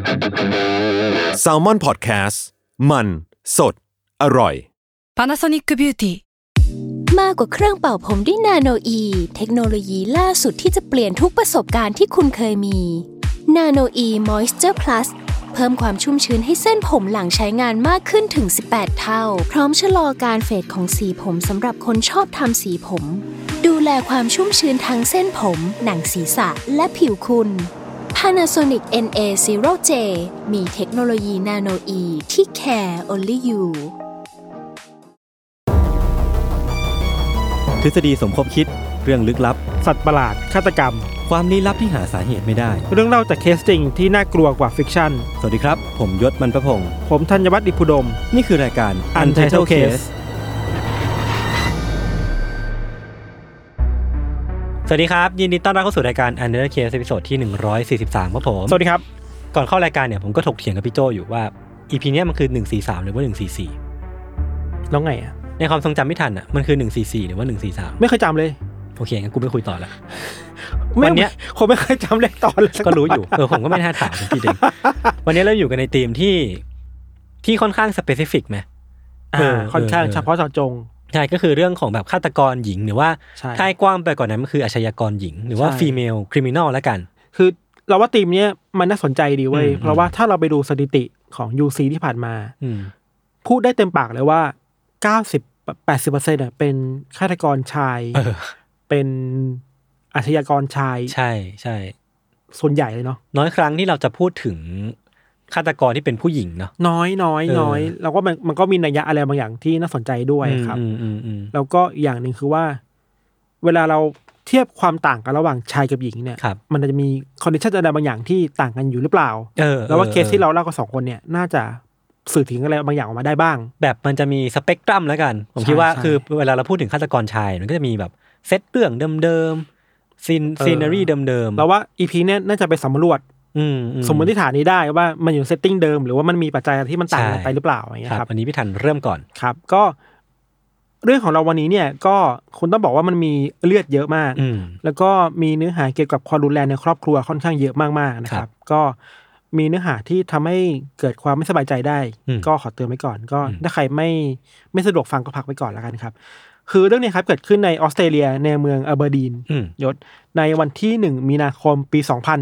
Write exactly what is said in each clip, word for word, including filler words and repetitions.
Salmon Podcast มันสดอร่อย Panasonic Beauty มากกว่าเครื่องเป่าผมด้วยนาโนอีเทคโนโลยีล่าสุดที่จะเปลี่ยนทุกประสบการณ์ที่คุณเคยมีนาโนอีมอยส์เจอร์พลัสเพิ่มความชุ่มชื้นให้เส้นผมหลังใช้งานมากขึ้นถึงสิบแปดเท่าพร้อมชะลอการเฟดของสีผมสำหรับคนชอบทำสีผมดูแลความชุ่มชื้นทั้งเส้นผมหนังศีรษะและผิวคุณ Panasonic เอ็น เอ ศูนย์ เจ มีเทคโนโลยีนาโนอีที่ care only you ทฤษฎีสมคบคิดเรื่องลึกลับสัตว์ประหลาดฆาตกรรมความลี้ลับที่หาสาเหตุไม่ได้เรื่องเล่าจากเคสจริงที่น่ากลัวกว่าฟิกชั่นสวัสดีครับผมยศมันประพงษ์ผมธัญวัฒน์อิพุดมนี่คือรายการ Untitled Case สวัสดีครับยินดีต้อนรับเข้าสู่รายการ Untitled Case ตอนที่หนึ่งร้อยสี่สิบสามครับผมสวัสดีครับก่อนเข้ารายการเนี่ยผมก็ถกเถียงกับพี่โจอยู่ว่า อี พี เนี้ยมันคือหนึ่งร้อยสี่สิบสามหรือว่าหนึ่งร้อยสี่สิบสี่แล้วไงอ่ะในความทรงจำไม่ทันอ่ะมันคือหนึ่งร้อยสี่สิบสี่หรือว่าหนึ่งร้อยสี่สิบสามไม่เคยจำเลยโอเคงั้นกูไม่คุยต่อละวันนี้ผมไม่เคยจำเลขตอนเลยก็รู้อยู่เออผมก็ไม่น่าถามพี่เด็กวันนี้เราอยู่กันในธีมที่ที่ค่อนข้างสเปซิฟิกไหมเออค่อนข้างเฉพาะเจาะจงใช่ก็คือเรื่องของแบบฆาตกรหญิงหรือว่าถ้ากว้างไปกว่านั้นมันคืออาชญากรหญิงหรือว่า female criminal แล้วกันคือเราว่าธีมนี้มันน่าสนใจดีเว้ยเพราะว่าถ้าเราไปดูสถิติของ ยู ซี ที่ผ่านมาพูดได้เต็มปากเลยว่าเก้าสิบ แปดสิบเปอร์เซ็นต์ อ่ะเป็นฆาตกรชายเป็นอาชญากรชายใช่ใช่ส่วนใหญ่เลยเนาะน้อยครั้งที่เราจะพูดถึงฆาตกรที่เป็นผู้หญิงเนาะน้อยน้อยน้อยแล้วก็มันมันก็มีนัยยะอะไรบางอย่างที่น่าสนใจด้วยครับแล้วก็อย่างหนึ่งคือว่าเวลาเราเทียบความต่างกันระหว่างชายกับหญิงเนี่ยมันจะมีคอนดิชันอะไรบางอย่างที่ต่างกันอยู่หรือเปล่าแล้วว่าเคสที่เราเล่ากันสองคนเนี่ยน่าจะสื่อถึงอะไรบางอย่างออกมาได้บ้างแบบมันจะมีสเปกตรัมแล้วกันผมคิดว่าคือเวลาเราพูดถึงฆาตกรชายมันก็จะมีแบบเซตเรื่องเดิมๆซีนซีนารีเดิมๆแล้วว่า อี พี เนี่ยน่าจะไปสำรวจสมมติฐานนี้ได้ว่ามันอยู่เซตติ้งเดิมหรือว่ามันมีปัจจัยที่มันต่างกันไปหรือเปล่าอย่างเงี้ยครับอันนี้พี่ทันเริ่มก่อนครับก็เรื่องของเราวันนี้เนี่ยก็คุณต้องบอกว่ามันมีเลือดเยอะมากแล้วก็มีเนื้อหาเกี่ยวกับความรุนแรงในครอบครัวค่อนข้างเยอะมากๆนะครับก็มีเนื้อหาที่ทำให้เกิดความไม่สบายใจได้ก็ขอเตือนไว้ก่อนก็ถ้าใครไม่ไม่สะดวกฟังก็พักไว้ก่อนแล้วกันครับคือเรื่องนี้ครับเกิดขึ้นในออสเตรเลียในเมืองอเบอร์ดีนยศในวันที่หนึ่งมีนาคมปีสองพัน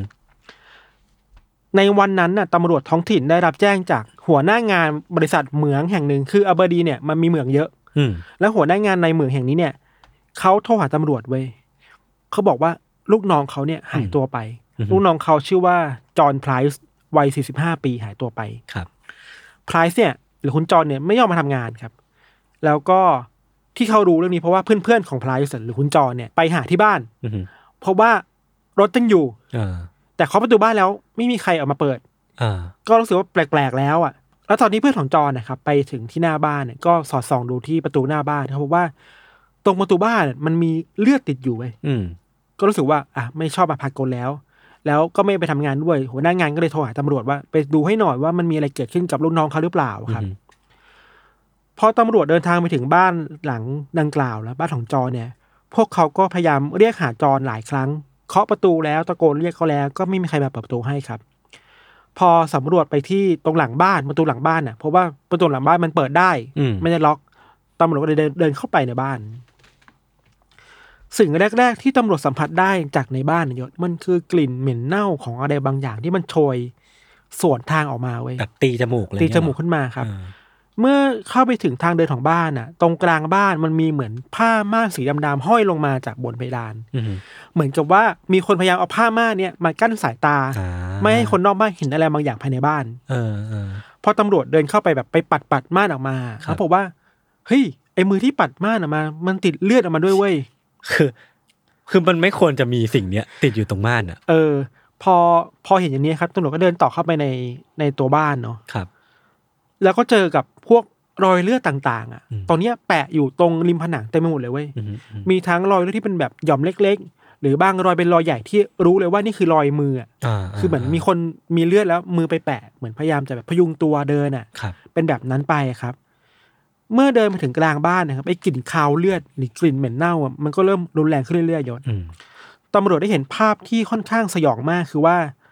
ในวันนั้นน่ะตำรวจท้องถิ่นได้รับแจ้งจากหัวหน้างานบริษัทเหมืองแห่งหนึ่งคืออเบอร์ดีนเนี่ยมันมีเหมืองเยอะแล้วหัวหน้างานในเหมืองแห่งนี้เนี่ยเขาโทรหาตำรวจเว้ยเขาบอกว่าลูกน้องเขาเนี่ยหายตัวไปลูกน้องเขาชื่อว่าจอห์นไพรส์วัยสี่สิบห้าปีหายตัวไปครับไพรส์เนี่ยหรือคุณจอห์นเนี่ยไม่ยอมมาทำงานครับแล้วก็ที่เขารู้เรื่องนี้เพราะว่าเพื่อนๆของไพรส์หรือคุณจอห์นเนี่ยไปหาที่บ้านเพราะว่ารถยังอยู่แต่เคาะประตูบ้านแล้วไม่มีใครออกมาเปิดก็รู้สึกว่าแปลกๆแล้วอ่ะแล้วตอนนี้เพื่อนของจอห์นนะครับไปถึงที่หน้าบ้านเนี่ยก็สอดส่องดูที่ประตูหน้าบ้านเขาบอกว่าตรงประตูบ้านมันมีเลือดติดอยู่เว้ยก็รู้สึกว่าอ่ะไม่ชอบมาพากลแล้วแล้วก็ไม่ไปทำงานด้วยหัวหน้างานก็เลยโทรหาตำรวจว่าไปดูให้หน่อยว่ามันมีอะไรเกิดขึ้นกับลูกน้องเขาหรือเปล่าครับพอตำรวจเดินทางไปถึงบ้านหลังดังกล่าวแล้วบ้านของจอเนี่ยพวกเขาก็พยายามเรียกหาจอหลายครั้งเคาะประตูแล้วตะโกนเรียกเขาแล้วก็ไม่มีใครมาเปิดประตูให้ครับพอสำรวจไปที่ตรงหลังบ้านประตูหลังบ้านน่ะเพราะว่าประตูหลังบ้านมันเปิดได้ไม่ได้ล็อกตำรวจก็เลยเดินเข้าไปในบ้านสิ่งแรกๆที่ตำรวจสัมผัสได้จากในบ้านเนี่ยมันคือกลิ่นเหม็นเน่าของอะไรบางอย่างที่มันโชยสวนทางออกมาเว้ยแบบตีจมูกเลยตีจมูกขึ้นมาครับเมื่อเข้าไปถึงทางเดินของบ้านน่ะตรงกลางบ้านมันมีเหมือนผ้าม่านสีดำๆห้อยลงมาจากบนเพดานเหมือนกับว่ามีคนพยายามเอาผ้าม่านเนี่ยมากั้นสายตาไม่ให้คนนอกบ้านเห็นอะไรบางอย่างภายในบ้านพอตำรวจเดินเข้าไปแบบไปปัดปัดม่านออกมาเขาบอกว่าเฮ้ยไอ้มือที่ปัดม่านออกมามันติดเลือดออกมาด้วยเว้ยคือคือมันไม่ควรจะมีสิ่งเนี้ยติดอยู่ตรงม่านอ่ะเออพอพอเห็นอย่างนี้ครับตำรวจก็เดินต่อเข้าไปในในตัวบ้านเนาะครับแล้วก็เจอกับพวกรอยเลือดต่างๆอ่ะตอนนี้แปะอยู่ตรงริมผนังเต็มไปหมดเลยเว้ยมีทั้งรอยเลือดที่เป็นแบบหย่อมเล็กๆหรือบางรอยเป็นรอยใหญ่ที่รู้เลยว่านี่คือรอยมืออ่ะคือเหมือนมีคนมีเลือดแล้วมือไปแปะเหมือนพยายามจะแบบพยุงตัวเดินอ่ะเป็นแบบนั้นไปครับเมื่อเดินมาถึงกลางบ้านนะครับไอ้กลิ่นคาวเลือดหรือกลิ่นเหม็นเน่าอ่ะมันก็เริ่มรุนแรงขึ้นเรื่อยๆยศตำรวจได้เห็นภาพที่ค่อนข้างสยองมากคือว่า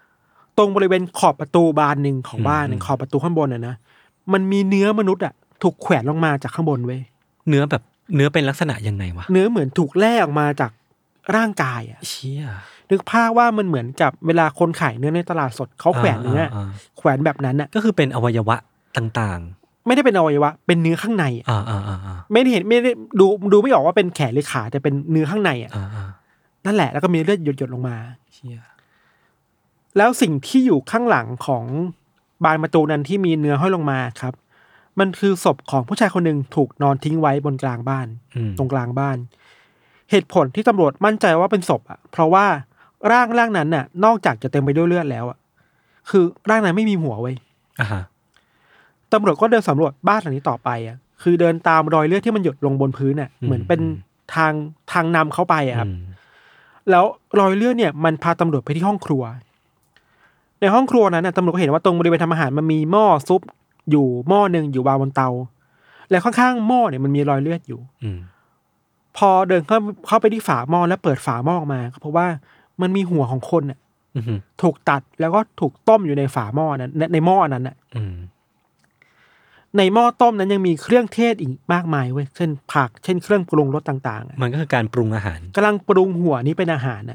ตรงบริเวณขอบประตูบานหนึ่งของบ้านขอบประตูข้างบนอ่ะนะมันมีเนื้อมนุษย์อ่ะถูกแขวนลงมาจากข้างบนเว้ยเนื้อแบบเนื้อเป็นลักษณะยังไงวะเนื้อเหมือนถูกแล่ออกมาจากร่างกายอ่ะเชี่ยนึกภาพว่ามันเหมือนกับเวลาคนขายเนื้อในตลาดสดเขาแขวนเนื้อแขวนแบบนั้นอ่ะก็คือเป็นอวัยวะต่างๆไม่ได้เป็นอวัยวะเป็นเนื้อข้างในอ่าๆๆไม่ได้เห็นไม่ได้ดูดูไม่ออกว่าเป็นแขนหรือขาแต่เป็นเนื้อข้างในอ่ะนั่นแหละแล้วก็มีเลือดหยดๆลงมาเชี่ยแล้วสิ่งที่อยู่ข้างหลังของบานประตูนั้นที่มีเนื้อห้อยลงมาครับมันคือศพของผู้ชายคนหนึ่งถูกนอนทิ้งไว้บนกลางบ้านตรงกลางบ้านเหตุผลที่ตำรวจมั่นใจว่าเป็นศพอ่ะเพราะว่าร่างร่างนั้นน่ะนอกจากจะเต็มไปด้วยเลือดแล้วอ่ะคือร่างนั้นไม่มีหัวไว้อ่าฮะตำรวจก็เดินสำรวจบ้านหลังนี้ต่อไปอ่ะคือเดินตามรอยเลือดที่มันหยดลงบนพื้นน่ะเหมือนเป็นทางทางนำเข้าไปอ่ะครับแล้วรอยเลือดเนี่ยมันพาตำรวจไปที่ห้องครัวในห้องครัวนั้นน่ะตำรวจก็เห็นว่าตรงบริเวณทำอาหารมันมีหม้อซุปอยู่หม้อนึงอยู่วางบนเตาแล้วข้างๆหม้อเนี่ยมันมีรอยเลือดอยู่พอเดินเข้าเข้าไปที่ฝาหม้อแล้วเปิดฝาหม้อออกมาก็เพราะว่ามันมีหัวของคนน่ะถูกตัดแล้วก็ถูกต้มอยู่ในฝาหม้อนั้นในหม้อนั้นน่ะในหม้อต้มนั้นยังมีเครื่องเทศอีกมากมายเว้ยเช่นผักเช่นเครื่องปรุงรสต่างๆมันก็คือการปรุงอาหารกำลังปรุงหัวนี้เป็นอาหารน่ะ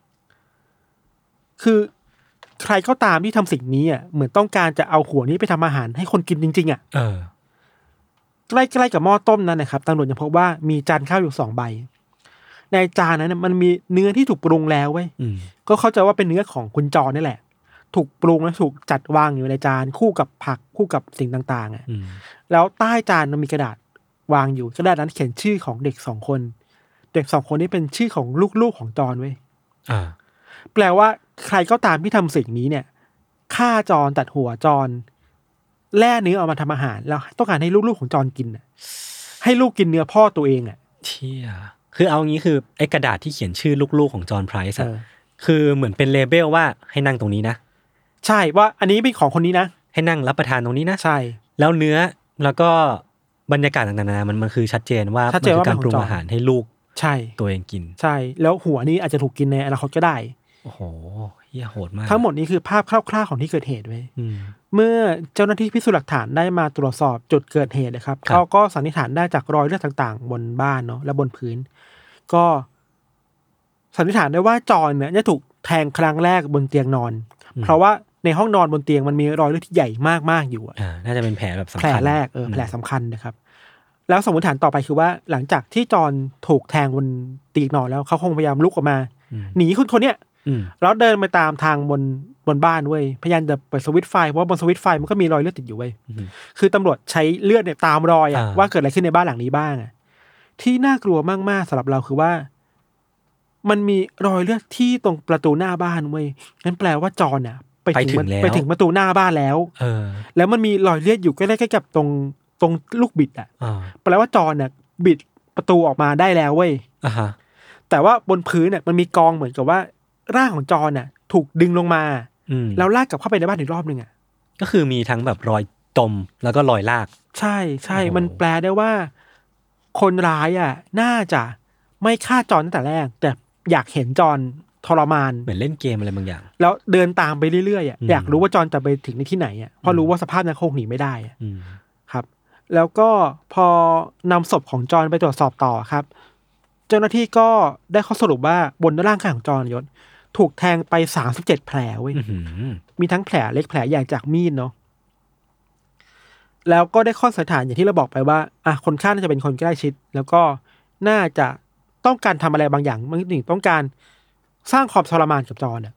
คือใครก็ตามที่ทำสิ่งนี้อ่ะเหมือนต้องการจะเอาหัวนี้ไปทำอาหารให้คนกินจริงๆอ่ะเออใกล้ๆกับหม้อต้มนั้นนะครับตำรวจยังพบว่ามีจานข้าวอยู่สองใบในจานนั้นมันมีเนื้อที่ถูกปรุงแล้วเว้ยก็เข้าใจว่าเป็นเนื้อของคุณจรนี่แหละถูกปรุงและถูกจัดวางอยู่ในจานคู่กับผักคู่กับสิ่งต่างๆอ่ะแล้วใต้จานมันมีกระดาษวางอยู่กระดาษนั้นเขียนชื่อของเด็กสองคนเด็กสองคนนี้เป็นชื่อของลูกๆของจรเว้ยอ่าแปลว่าใครก็ตามที่ทำสิ่งนี้เนี่ยฆ่าจรตัดหัวจรแล่เนื้อออกมาทำอาหารแล้วต้องการให้ลูกๆของจรกินน่ะให้ลูกกินเนื้อพ่อตัวเองอ่ะเชี่ยคือเอางี้คือไอ้กระดาษที่เขียนชื่อลูกๆของจอห์นไพรส์อะคือเหมือนเป็นเลเบลว่าให้นั่งตรงนี้นะใช่ว่าอันนี้เป็นของคนนี้นะให้นั่งรับประทานตรงนี้นะใช่แล้วเนื้อแล้วก็บรรยากาศต่างๆมันมันคือชัดเจนว่ามันคือการปรุงอาหารให้ลูกใช่ตัวเองกินใช่แล้วหัวนี้อาจจะถูกกินในอนาคตก็ได้โอ้โหเหี้ยโหดมากทั้งหมดนี้คือภาพคร่าวๆของที่เกิดเหตุไว้เมื่อเจ้าหน้าที่พิสูจน์หลักฐานได้มาตรวจสอบจุดเกิดเหตุนะครับเขาก็สันนิษฐานได้จากรอยเลือดต่างๆบนบ้านเนาะและบนพื้นก็สันนิษฐานได้ว่าจอนเนี่ยจะถูกแทงครั้งแรกบนเตียงนอนเพราะว่าในห้องนอนบนเตียงมันมีรอยเลือดที่ใหญ่มากๆอยู่อ่ะน่าจะเป็นแผลแบบสำคัญแผลแรกเออแผลสำคัญนะครับแล้วสมมติฐานต่อไปคือว่าหลังจากที่จอนถูกแทงบนเตียงนอนแล้วเขาคงพยายามลุกออกมาหนีคนคนเนี้ยแล้วเดินไปตามทางบนบนบ้านเว้ยพยายามจะเปิดสวิตช์ไฟเพราะว่าบนสวิตช์ไฟมันก็มีรอยเลือดติดอยู่เว้ยคือตำรวจใช้เลือดเนี่ยตามรอยอ่ะว่าเกิดอะไรขึ้นในบ้านหลังนี้บ้างอ่ะที่น่ากลัวมากๆสำหรับเราคือว่ามันมีรอยเลือดที่ตรงประตูหน้าบ้านเว้ยนั่นแปลว่าจอนอ่ะไปถึงไปถึงประตูหน้าบ้านแล้วเออแล้วมันมีรอยเลือดอยู่ใกล้ๆกับตรงตรงลูกบิดอ่ะแปลว่าจอนเนี่ยบิดประตูออกมาได้แล้วเว้ยอ่าฮะแต่ว่าบนพื้นเนี่ยมันมีกองเหมือนกับว่าร่างของจอนน่ะถูกดึงลงมาแล้วลากกลับเข้าไปในบ้านอีกรอบนึงอ่ะก็คือมีทั้งแบบรอยจมแล้วก็รอยลากใช่ใช่มันแปลได้ว่าคนร้ายอ่ะน่าจะไม่ฆ่าจอนตั้งแต่แรกแต่อยากเห็นจอนทรมานเหมือนเล่นเกมอะไรบางอย่างแล้วเดินตามไปเรื่อยๆอ่ะอยากรู้ว่าจอนจะไปถึงในที่ไหนอ่ะเพราะรู้ว่าสภาพนั้นคงหนีไม่ได้อ่ะครับแล้วก็พอนำศพของจอนไปตรวจสอบต่อครับเจ้าหน้าที่ก็ได้ข้อสรุปว่าบนร่างกายของจอนยศถูกแทงไปสามสิบเจ็ดแผลเว้ยมีทั้งแผลเล็กแผลใหญ่จากมีดเนาะแล้วก็ได้ข้อสันนิษฐานอย่างที่เราบอกไปว่าอ่ะคนฆ่าน่าจะเป็นคนใกล้ชิดแล้วก็น่าจะต้องการทำอะไรบางอย่างบางอย่างต้องการสร้างความทรมานกับจอนอ่ะ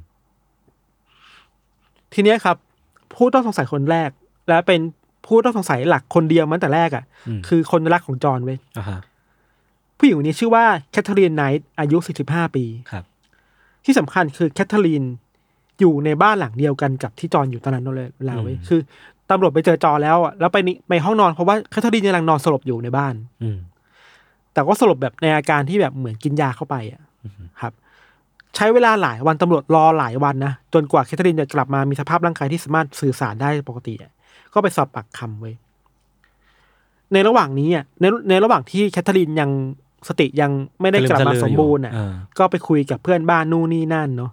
ทีนี้ครับผู้ต้องสงสัยคนแรกและเป็นผู้ต้องสงสัยหลักคนเดียวมาตั้งแต่แรกอ่ะคือคนรักของจอนเว้ยผู้หญิงคนนี้ชื่อว่าแคทเธอรีนไนท์อายุสี่สิบห้าปีครับที่สำคัญคือแคทเธอรีนอยู่ในบ้านหลังเดียวกันกับที่จอนอยู่ตอนนั้นเลยแล้วเว้ยคือตำรวจไปเจอจอนแล้วอ่ะแล้วไปไปห้องนอนเพราะว่าแคทเธอรีนกำลังนอนสลบอยู่ในบ้านแต่ก็สลบแบบในอาการที่แบบเหมือนกินยาเข้าไปอ่ะครับใช้เวลาหลายวันตำรวจรอหลายวันนะจนกว่าแคทเธอรีนจะกลับมามีสภาพร่างกายที่สามารถสื่อสารได้ปกติอ่ะก็ไปสอบปากคำไว้ในระหว่างนี้อ่ะในในระหว่างที่แคทเธอรีนยังสติยังไม่ได้กลับมาสมบูรณ์อ่ะก็ไปคุยกับเพื่อนบ้านนู่นนี่นั่นเนาะ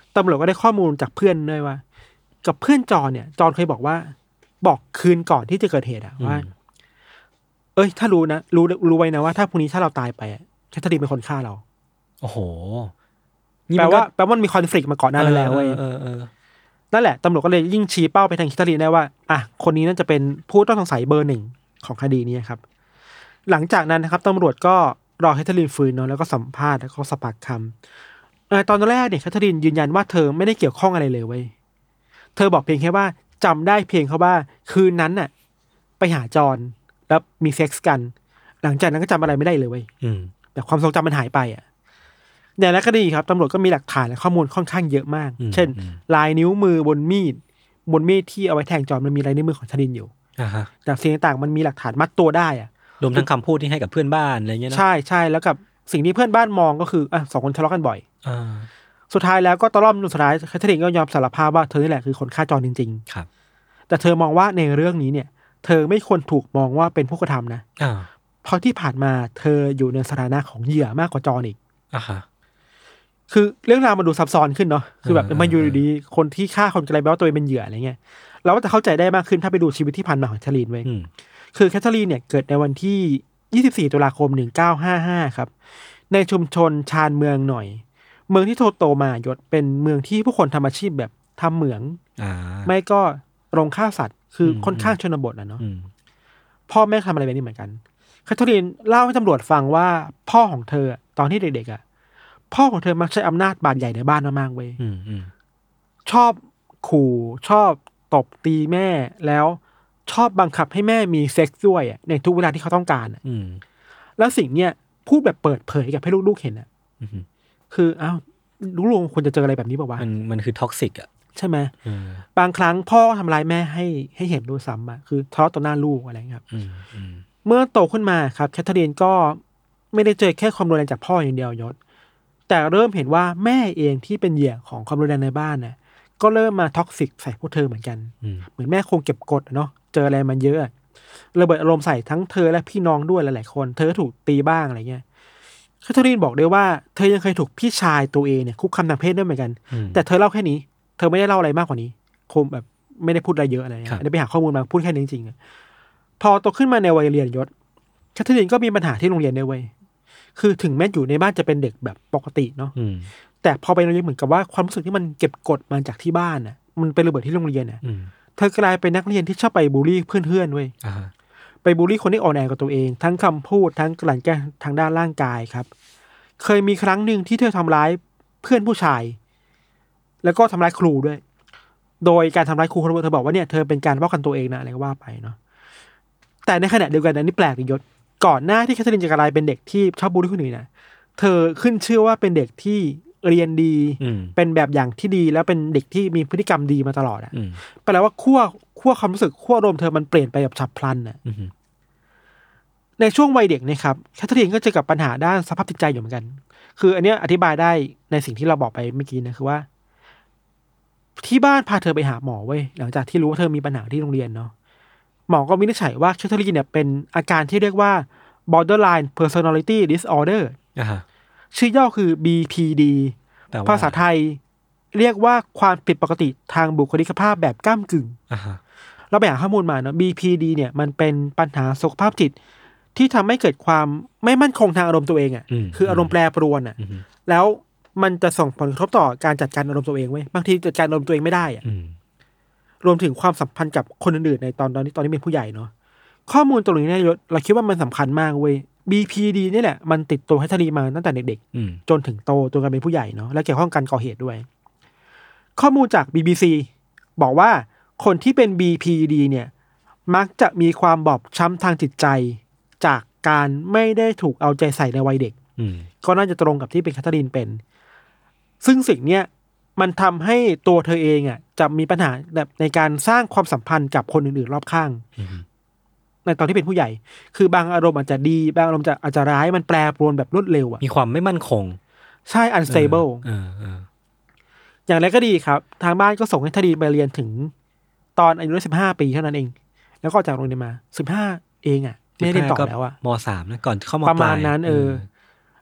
ตำรวจก็ได้ข้อมูลจากเพื่อนด้วยว่า กับเพื่อนจอนเนี่ยจอนเคยบอกว่าบอกคืนก่อนที่จะเกิดเหตุอะว่าเอ้ยถ้ารู้นะรู้รู้ไว้นะว่าถ้าพรุ่งนี้ถ้าเราตายไปแคทเธอรีนเป็นคนฆ่าเราโอ้โหแปลว่าแปลว่ามันมีคอนฟลิกต์มาก่อนหน้านั้นแล้วเว้ยนั่นแหละตำรวจก็เลยยิ่งชี้เป้าไปทางแคทเธอรีนได้ว่าอ่ะคนนี้น่าจะเป็นผู้ต้องสงสัยเบอร์หนึ่งของคดีนี้ครับหลังจากนั้นนะครับตำรวจก็รอแคทเธอรีนฟื้นเนาะแล้วก็สัมภาษณ์แล้วก็สอบปากคำเออตอนแรกเนี่ยแคทเธอรีนยืนยันว่าเธอไม่ได้เกี่ยวข้องอะไรเลยเว้ยเธอบอกเพียงแค่ว่าจำได้เพียงแค่ว่าคืนนั้นน่ะไปหาจอนแล้วมีเซ็กส์กันหลังจากนั้นก็จำอะไรไม่ได้เลยเว้ยแต่ความทรงจำมันหายไปอ่ะอย่างนั้นก็ดีครับตำรวจก็มีหลักฐานและข้อมูลค่อนข้างเยอะมากเช่นลายนิ้วมือบนมีดบนมีดที่เอาไว้แทงจอนมันมีลายนิ้วมือของชลินอยู่จากสิ่งต่างๆมันมีหลักฐานมัดตัวได้อ่ะรวมทั้งคำพูดที่ให้กับเพื่อนบ้านอะไรเงี้ยนะใช่ใช่แล้วกับสิ่งที่เพื่อนบ้านมองก็คืออ่ะสองคนทะเลาะกันบ่อยสุดท้ายแล้วก็ตะล่อมสุดท้ายแคทเธอรีนก็ยอมสารภาพว่าเธอนี่แหละคือคนฆ่าจอนจริงๆครับแต่เธอมองว่าในเรื่องนี้เนี่ยเธอไม่ควรถูกมองว่าเป็นผู้กระทำนะเพราะที่ผ่านมาเธออยู่ในสถานะของเหยื่อมากกว่าจอนอีกคือเรื่องราวมันดูซับซ้อนขึ้นเนาะคือแบบมาอยู่ดีคนที่ฆ่าคนกลายเป็นว่าตัวเองเป็นเหยื่ออะไรเงี้ยเราก็จะเข้าใจได้มากขึ้นถ้าไปดูชีวิตที่ผ่านมาของแคทเธอรีนไว้คือแคทเธอรีนเนี่ยเกิดในวันที่ยี่สิบสี่ตุลาคมหนึ่งเก้าห้าห้าครับในชุมชนชานเมืองหน่อยเมืองที่โตโตมายศเป็นเมืองที่ผู้คนทำอาชีพแบบทำเหมืองไม่ก็โรงฆ่าสัตว์คือค่อนข้างชนบทนะเนาะพ่อแม่ทำอะไรแบบนี้เหมือนกันแคทเธอรีนเล่าให้ตำรวจฟังว่าพ่อของเธอตอนที่เด็กๆอ่ะพ่อของเธอมักใช้อำนาจบาดใหญ่ในบ้านมากๆเว้ยชอบขู่ชอบตบตีแม่แล้วชอบบังคับให้แม่มีเซ็กซ์ด้วยอ่ะในทุกเวลาที่เขาต้องการอ่ะแล้วสิ่งเนี้ยพูดแบบเปิดเผยกับให้ลูกๆเห็นอ่ะคืออ้าวลูกๆควรจะเจออะไรแบบนี้ป่าววะมันมันคือท็อกซิกอ่ะใช่ไหมบางครั้งพ่อทำร้ายแม่ให้ให้เห็นด้วยซ้ำอ่ะคือทะเลาะต่อหน้าลูกอะไรครับเมื่อโตขึ้นมาครับแคทเธอรีนก็ไม่ได้เจอแค่ความรุนแรงจากพ่ออย่างเดียวยศแต่เริ่มเห็นว่าแม่เองที่เป็นเหยื่อของความรุนแรงในบ้านน่ะก็เริ่มมาท็อกซิกใส่พวกเธอเหมือนกันเหมือนแม่คงเก็บกดเนาะเจออะไรมาเยอะระเบิดอารมณ์ใส่ทั้งเธอและพี่น้องด้วยหลายๆคนเธอถูกตีบ้างอะไรเงี้ยแคทเธอรีนบอกได้ว่าเธอยังเคยถูกพี่ชายตัวเองเนี่ยคุกคามทางเพศด้วยเหมือนกันแต่เธอเล่าแค่นี้เธอไม่ได้เล่าอะไรมากกว่านี้คงแบบไม่ได้พูดอะไรเยอะอะไรได้ไปหาข้อมูลมาพูดแค่นี้จริงๆพอโตขึ้นมาในวัยเรียนยศแคทเธอรีนก็มีปัญหาที่โรงเรียนด้วยเว้ยคือถึงแม้อยู่ในบ้านจะเป็นเด็กแบบปกติเนาะแต่พอไปโรงเรียนเหมือนกับว่าความรู้สึกที่มันเก็บกดมาจากที่บ้านน่ะมันเป็นระเบิดที่โรงเรียนน่ะเธอกลายเป็นนักเรียนที่ชอบไปบูลลี่เพื่อนๆเว้ยไปบูลลี่คนที่อ่อนแอกว่าตัวเองทั้งคำพูดทั้งกลั่นแกล้งทางด้านร่างกายครับเคยมีครั้งหนึ่งที่เธอทำร้ายเพื่อนผู้ชายแล้วก็ทำร้ายครูด้วยโดยการทำร้ายครูเธอบอกว่าเนี่ยเธอเป็นการป้องกันตัวเองนะอะไรก็ว่าไปเนาะแต่ในขณะเดียวกันอันนี้แปลกดิยศก่อนหน้าที่แคทเธอรีนจะกลายเป็นเด็กที่ชอบบูลลี่คนอื่นนะเธอขึ้นชื่อว่าเป็นเด็กที่เรียนดีเป็นแบบอย่างที่ดีแล้วเป็นเด็กที่มีพฤติกรรมดีมาตลอดอ่ะแปลว่าขั้วขั้วความรู้สึกขั้วอารมณ์เธอมันเปลี่ยนไปแบบฉับพลันอ่ะในช่วงวัยเด็กนะครับแคทเธอรีนก็เจอกับปัญหาด้านสภาพจิตใจอยู่เหมือนกันคืออันเนี้ยอธิบายได้ในสิ่งที่เราบอกไปเมื่อกี้นะคือว่าที่บ้านพาเธอไปหาหมอเว้ยหลังจากที่รู้ว่าเธอมีปัญหาที่โรงเรียนเนาะหมอก็วินิจฉัยว่าแคทเธอรีนเนี่ยเป็นอาการที่เรียกว่า borderline personality disorder ชื่อย่อคือ บี พี ดี ภาษาไทยเรียกว่าความผิดปกติทางบุคลิกภาพแบบก้ำกึ่งเราไปหาข้อมูลมาเนาะ บี พี ดี เนี่ยมันเป็นปัญหาสุขภาพจิตที่ทำให้เกิดความไม่มั่นคงทางอารมณ์ตัวเองอ่ะคืออารมณ์แปรปรวนอ่ะแล้วมันจะส่งผลกระทบต่อการจัดการอารมณ์ตัวเองเว้ยบางทีจัดการอารมณ์ตัวเองไม่ได้อ่ะรวมถึงความสัมพันธ์กับคนอื่นๆในตอนตอนนี้ตอนนี้เป็นผู้ใหญ่เนาะข้อมูลตรงนี้เนี่ยเราคิดว่ามันสำคัญมากเว้ย บี พี ดี นี่แหละมันติดตัวแคทเธอรีนมาตั้งแต่เด็กๆจนถึงโตจนกลายเป็นผู้ใหญ่เนาะและเกี่ยวข้องกันก่อเหตุด้วยข้อมูลจาก บี บี ซี บอกว่าคนที่เป็น บี พี ดี เนี่ยมักจะมีความบอบช้ำทางจิตใจจากการไม่ได้ถูกเอาใจใส่ในวัยเด็กก็น่าจะตรงกับที่เป็นแคทเธอรีนเป็นซึ่งสิ่งเนี้ยมันทำให้ตัวเธอเองอ่ะจะมีปัญหาแบบในการสร้างความสัมพันธ์กับคนอื่นๆรอบข้างในตอนที่เป็นผู้ใหญ่คือบางอารมณ์อาจจะดีบางอารมณ์จะอาจจะร้ายมันแปรปรวนแบบรวดเร็วอ่ะมีความไม่มั่นคงใช่ unstable เออเอออย่างไรก็ดีครับทางบ้านก็ส่งให้แคทเธอรีนไปเรียนถึงตอนอายุสิบห้าปีเท่านั้นเองแล้วก็จากโรงเรียนมาสิบห้าเองอ่ะไม่ได้ต่อแล้วอ่ะม.สาม นะก่อนเข้ามาประมาณนั้นเออ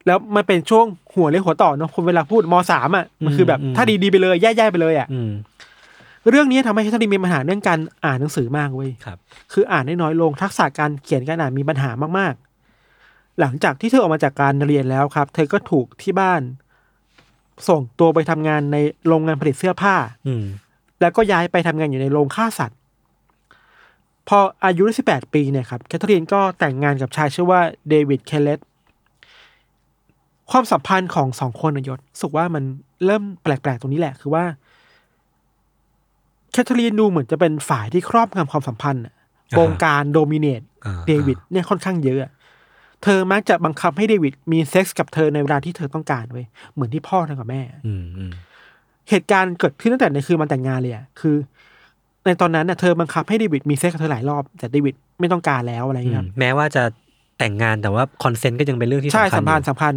แล้วมันเป็นช่วงหัวเลี้ยวหัวต่อเนาะคนเวลาพูดม.สาม อ่ะมันคือแบบถ้าดีๆไปเลยแย่ๆไปเลยอ่ะเรื่องนี้ทำให้แคทเธอรีนมีปัญหาเรื่องการอ่านหนังสือมากเว้ยคืออ่านได้น้อยลงทักษะการเขียนการอ่านมีปัญหามากๆหลังจากที่เธอออกมาจากการเรียนแล้วครับเธอก็ถูกที่บ้านส่งตัวไปทำงานในโรงงานผลิตเสื้อผ้าแล้วก็ย้ายไปทำงานอยู่ในโรงฆ่าสัตว์พออายุสิบแปดปีเนี่ยครับแคทเธอรีนก็แต่งงานกับชายชื่อว่าเดวิดเคเลตความสัมพันธ์ของสองคนนยศรู้สึกว่ามันเริ่มแปลกๆตรงนี้แหละคือว่าแคทเธอรีนดูเหมือนจะเป็นฝ่ายที่ครอบงำความสัมพันธ์บงการโดมิเนตเดวิดเนี่ยค่อนข้างเยอะเธอมักจะบังคับให้เดวิดมีเซ็กส์กับเธอในเวลาที่เธอต้องการเว้ยเหมือนที่พ่อทำกับแม่เหตุการณ์เกิดขึ้นตั้งแต่ในคืนวันแต่งงานเลยอ่ะคือในตอนนั้นน่ะเธอบังคับให้เดวิดมีเซ็กส์กับเธอหลายรอบแต่เดวิดไม่ต้องการแล้วอะไรอย่างเงี้ยแม้ว่าจะแต่งงานแต่ว่าคอนเซนต์ก็ยังเป็นเรื่องที่สำคัญใช่สัมพันธ์สำคัญ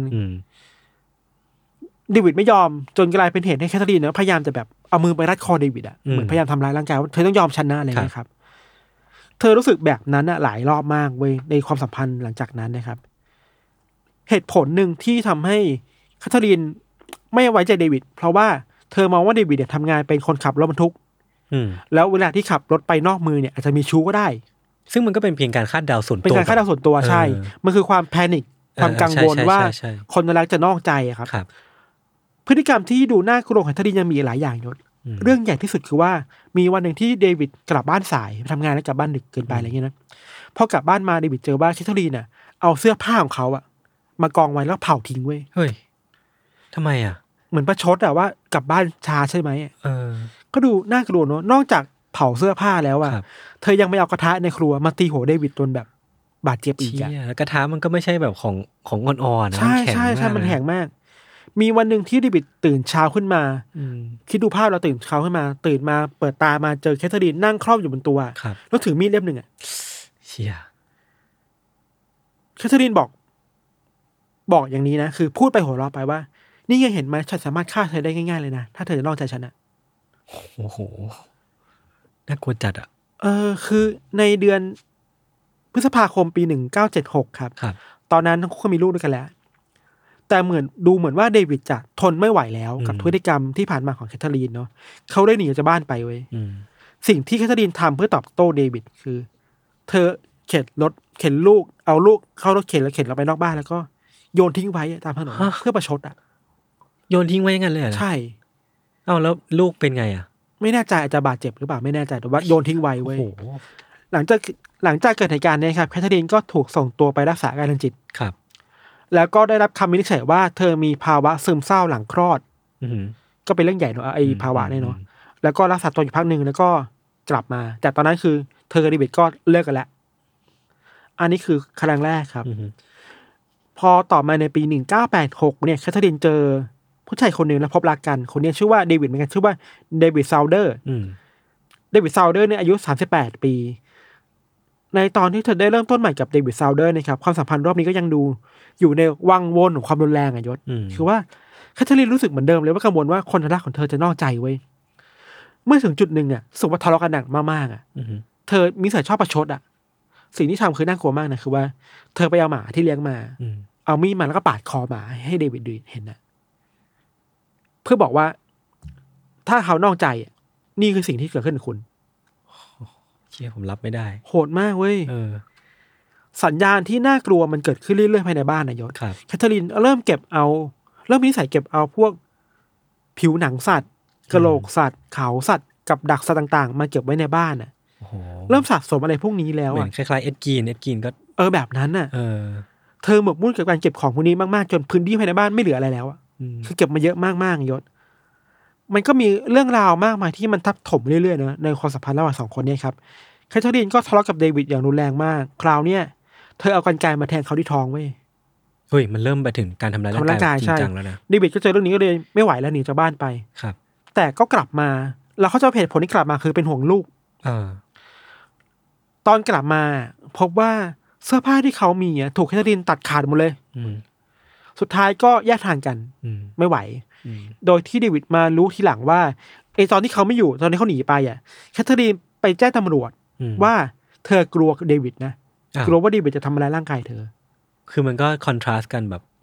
เดวิดไม่ยอมจนกลายเป็นเหตุให้แคทเธอรีนเนี่ยพยายามจะแบบเอามือไปรัดคอเดวิดอ่ะเหมือนพยายามทำร้ายร่างกายว่าเธอต้องยอมฉันนะอะไรอย่างเงี้ยครับเธอรู้สึกแบบนั้นอ่ะหลายรอบมากเว้ยในความสัมพันธ์หลังจากนั้นนะครับเหตุผลหนึ่งที่ทำให้แคทเธอรีนไม่ไว้ใจเดวิดเพราะว่าเธอมองว่าเดวิดเนี่ยทำงานเป็นคนขับรถบรรทุกแล้วเวลาที่ขับรถไปนอกมือเนี่ยอาจจะมีชู้ก็ได้ซึ่งมันก็เป็นเพียงการคาดเดาส่วนตัวเป็นการคาดเดาส่วนตัวใช่มันคือความแพนิคความกังวลว่าคนรักจะนอกใจครับพฤติกรรมที่ดูน่ากลัวของแคทเธอรีนยังมีหลายอย่างยศเรื่องใหญ่ที่สุดคือว่ามีวันหนึ่งที่เดวิดกลับบ้านสายทำงานแล้วกลับบ้านดึกเกินไปอะไรเงี้ยนะพอกลับบ้านมาเดวิดเจอว่าแคทเธอรีนน่ะเอาเสื้อผ้าของเขาอะมากองไว้แล้วเผาทิ้งเว้ยเฮ้ยทำไมอ่ะเหมือนประชดอะว่ากลับบ้านช้าใช่ไหมเออก็ดูน่ากลัวเนอะนอกจากเผาเสื้อผ้าแล้วอะเธอยังไม่เอากระทะในครัวมาตีหัวเดวิดจนแบบบาดเจ็บอีกอะแล้วกระทะมันก็ไม่ใช่แบบของของอ่อนๆนะใช่ใช่ใช่มันแข็งมากมีวันหนึ่งที่เดวิดตื่นเช้าขึ้นมาคิดดูภาพเราตื่นเช้าขึ้นมาตื่นมาเปิดตามาเจอแคทเธอรีนนั่งครอบอยู่บนตัวแล้วถือมีดเล่มหนึ่งอะเชี่ยแคทเธอรีนบอกบอกอย่างนี้นะคือพูดไปหัวเราะไปว่านี่ไงเห็นไหมฉันสามารถฆ่าเธอได้ง่ายๆเลยนะถ้าเธอจะนอกใจฉันอะโอ้โหน่ากลัวจัดอ่ะเออคือในเดือนพฤษภาคมปีหนึ่งเก้าเจ็ดหกครับตอนนั้นทั้งคู่มีลูกด้วยกันแล้วแต่เหมือนดูเหมือนว่าเดวิดจะทนไม่ไหวแล้วกับพฤติกรรมที่ผ่านมาของแคทเธอรีนเนาะเขาได้หนีจากบ้านไปเว้ยสิ่งที่แคทเธอรีนทำเพื่อตอบโต้เดวิดคือเธอเข็นรถเข็นลูกเอาลูกเข้ารถเข็นแล้วเข็นเราไปนอกบ้านแล้วก็โยนทิ้งไว้ตามถนนเพื่อประชดอ่ะโยนทิ้งไว้งั้นเลยเหรอใช่เอ้าแล้วลูกเป็นไงอ่ะไม่แน่ใจอาจจะบาดเจ็บหรือเปล่าไม่แน่ใจแต่ว่าโยนทิ้งไว้เว้ยหลังจากหลังจากเกิดเหตุการณ์นี้ครับแคทเธอรีนก็ถูกส่งตัวไปรักษาอาการทางจิตครับแล้วก็ได้รับคำวินิจฉัยว่าเธอมีภาวะซึมเศร้าหลังคลอดก็เป็นเรื่องใหญ่เนอะไอ้ภาวะนี่เนาะแล้วก็รักษาตัวอยู่พักหนึ่งแล้วก็กลับมาแต่ตอนนั้นคือเธอกับเดวิดก็เลิกกันแล้วอันนี้คือครั้งแรกครับพอต่อมาในปีหนึ่งเก้าแปดหกเนี่ยแคทเธอรีนเจอผู้ชายคนหนึ่งแล้วพบรักกันคนนี้ชื่อว่าเดวิดเหมือนกันชื่อว่าเดวิดซาวเดอร์เดวิดซาวเดอร์เนี่ยอายุสามสิบแปดปีในตอนที่เธอได้เริ่มต้นใหม่กับเดวิดซาวเดอร์นะครับความสัมพันธ์รอบนี้ก็ยังดูอยู่ในวังวนของความรุนแรงอะยศคือว่าแคทเธอรีนรู้สึกเหมือนเดิมเลยว่ากังวลว่าคนรักของเธอจะนอกใจเว้ยเมื่อถึงจุดหนึ่งอ่ะสุว่าทะเลาะกันหนักมากๆอ่ะเธอมีสายชอบประชดอ่ะสิ่งที่ทำคือน่ากลัวมากนะคือว่าเธอไปเอาหมาที่เลี้ยงมาเอามีดมาแล้วก็ปาดคอหมาให้เดวิดดูเห็นนะเพื่อบอกว่าถ้าเขานอกใจอ่ะนี่คือสิ่งที่เกิดขึ้นกับคุณเชี่ยผมรับไม่ได้โหดมากเว้ยสัญญาณที่น่ากลัวมันเกิดขึ้นเรื่อยๆภายในบ้านนายศแคทเธอรีนเริ่มเก็บเอาเริ่มมีนิสัยเก็บเอาพวกผิวหนังสัตว์กระโหลกสัตว์เขาสัตว์กับดักสัตว์ต่างๆมาเก็บไว้ในบ้านอ่ะเริ่มสะสมอะไรพวกนี้แล้วอ่ะคล้ายๆเอ็ดกีนเอ็ดกีนก็เออแบบนั้นน่ะเธอหมกมุ่นกับการเก็บของพวกนี้มากๆจนพื้นที่ภายในบ้านไม่เหลืออะไรแล้วอ่ะคือเก็บมาเยอะมากๆยศมันก็มีเรื่องราวมากมายที่มันทับถมเรื่อยๆเนอะในความสัมพันธ์ระหว่างสองคนนี้ครับแคทเธอรีนก็ทะเลาะกับเดวิดอย่างรุนแรงมากคราวเนี้ยเธอเอากรรไกรมาแทงเขาที่ท้องเว้ยเฮ้ยมันเริ่มไปถึงการทำร้ายร่างกายจริงจังแล้วนะเดวิดก็เจอเรื่องนี้ก็เลยไม่ไหวแล้วหนีจากบ้านไปครับแต่ก็กลับมาแล้วเขาจะเหตุผลที่กลับมาคือเป็นห่วงลูกเออตอนกลับมาพบว่าเสื้อผ้าที่เขามีอ่ะถูกแคทเธอรีนตัดขาดหมดเลยสุดท้ายก็แยกทางกันไม่ไหวโดยที่เดวิดมารู้ทีหลังว่าไอ้ตอนที่เขาไม่อยู่ตอนที่เขาหนีไปอ่ะแคทเธอรีนไปแจ้งตำรวจว่าเธอกลัวเดวิดนะกลัวว่าเดวิดจะทำร้ายร่างกายเธอคือมันก็คอนทราสต์กันแบบ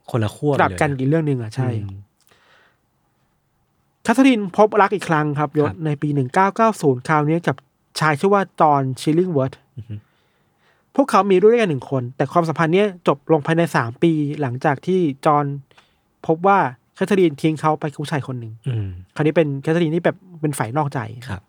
คนละขั้วกลับกันอีกเรื่องนึงอ่ะใช่แคทเธอรีนพบรักอีกครั้งครับยศในปีหนึ่งเก้าเก้าศูนย์คราวนี้กับชายชื่อว่าจอห์นชิลลิงเวิร์ธพวกเขามีลูกด้วยกันหนึ่งคนแต่ความสัมพันธ์นี้จบลงภายในสามปีหลังจากที่จอห์นพบว่าแคทเธอรีนทิ้งเขาไปกับผู้ชายคนหนึ่งคราวนี้เป็นแคทเธอรีนที่แบบเป็นฝ่ายนอกใจครับ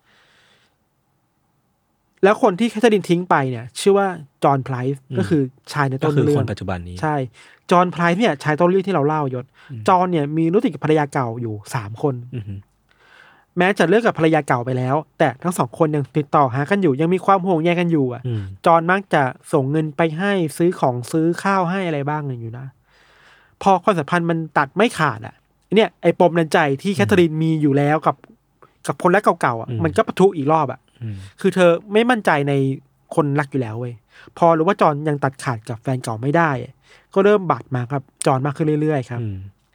แล้วคนที่แคทเธอรีนทิ้งไปเนี่ยชื่อว่าจอห์นไพรส์ก็คือชายในต้นเรื่องก็คือคนปัจจุบันนี้ใช่จอห์นไพรส์เนี่ยชายต้นเรื่องที่เราเล่ายศจอห์นเนี่ยมีรู้ติดกับภรรยาเก่าอยู่สามคนแม้จะเลิกกับภรรยาเก่าไปแล้วแต่ทั้งสองคนยังติดต่อหากันอยู่ยังมีความห่วงใยกันอยู่อ่ะจอห์นมักจะส่งเงินไปให้ซื้อของซื้อข้าวให้อะไรบ้างอยู่นะพอความสัมพันธ์มันตัดไม่ขาดอ่ะเนี่ยไอ้ปมในใจที่แคทเธอรีนมีอยู่แล้วกับกับคนรักเก่าๆอ่ะมันก็ปะทุอีกรอบอ่ะคือเธอไม่มั่นใจในคนรักอยู่แล้วเว้ยพอรู้ว่าจอห์นยังตัดขาดกับแฟนเก่าไม่ได้ก็เริ่มบาดมาครับจอห์นมากขึ้นเรื่อยๆครับ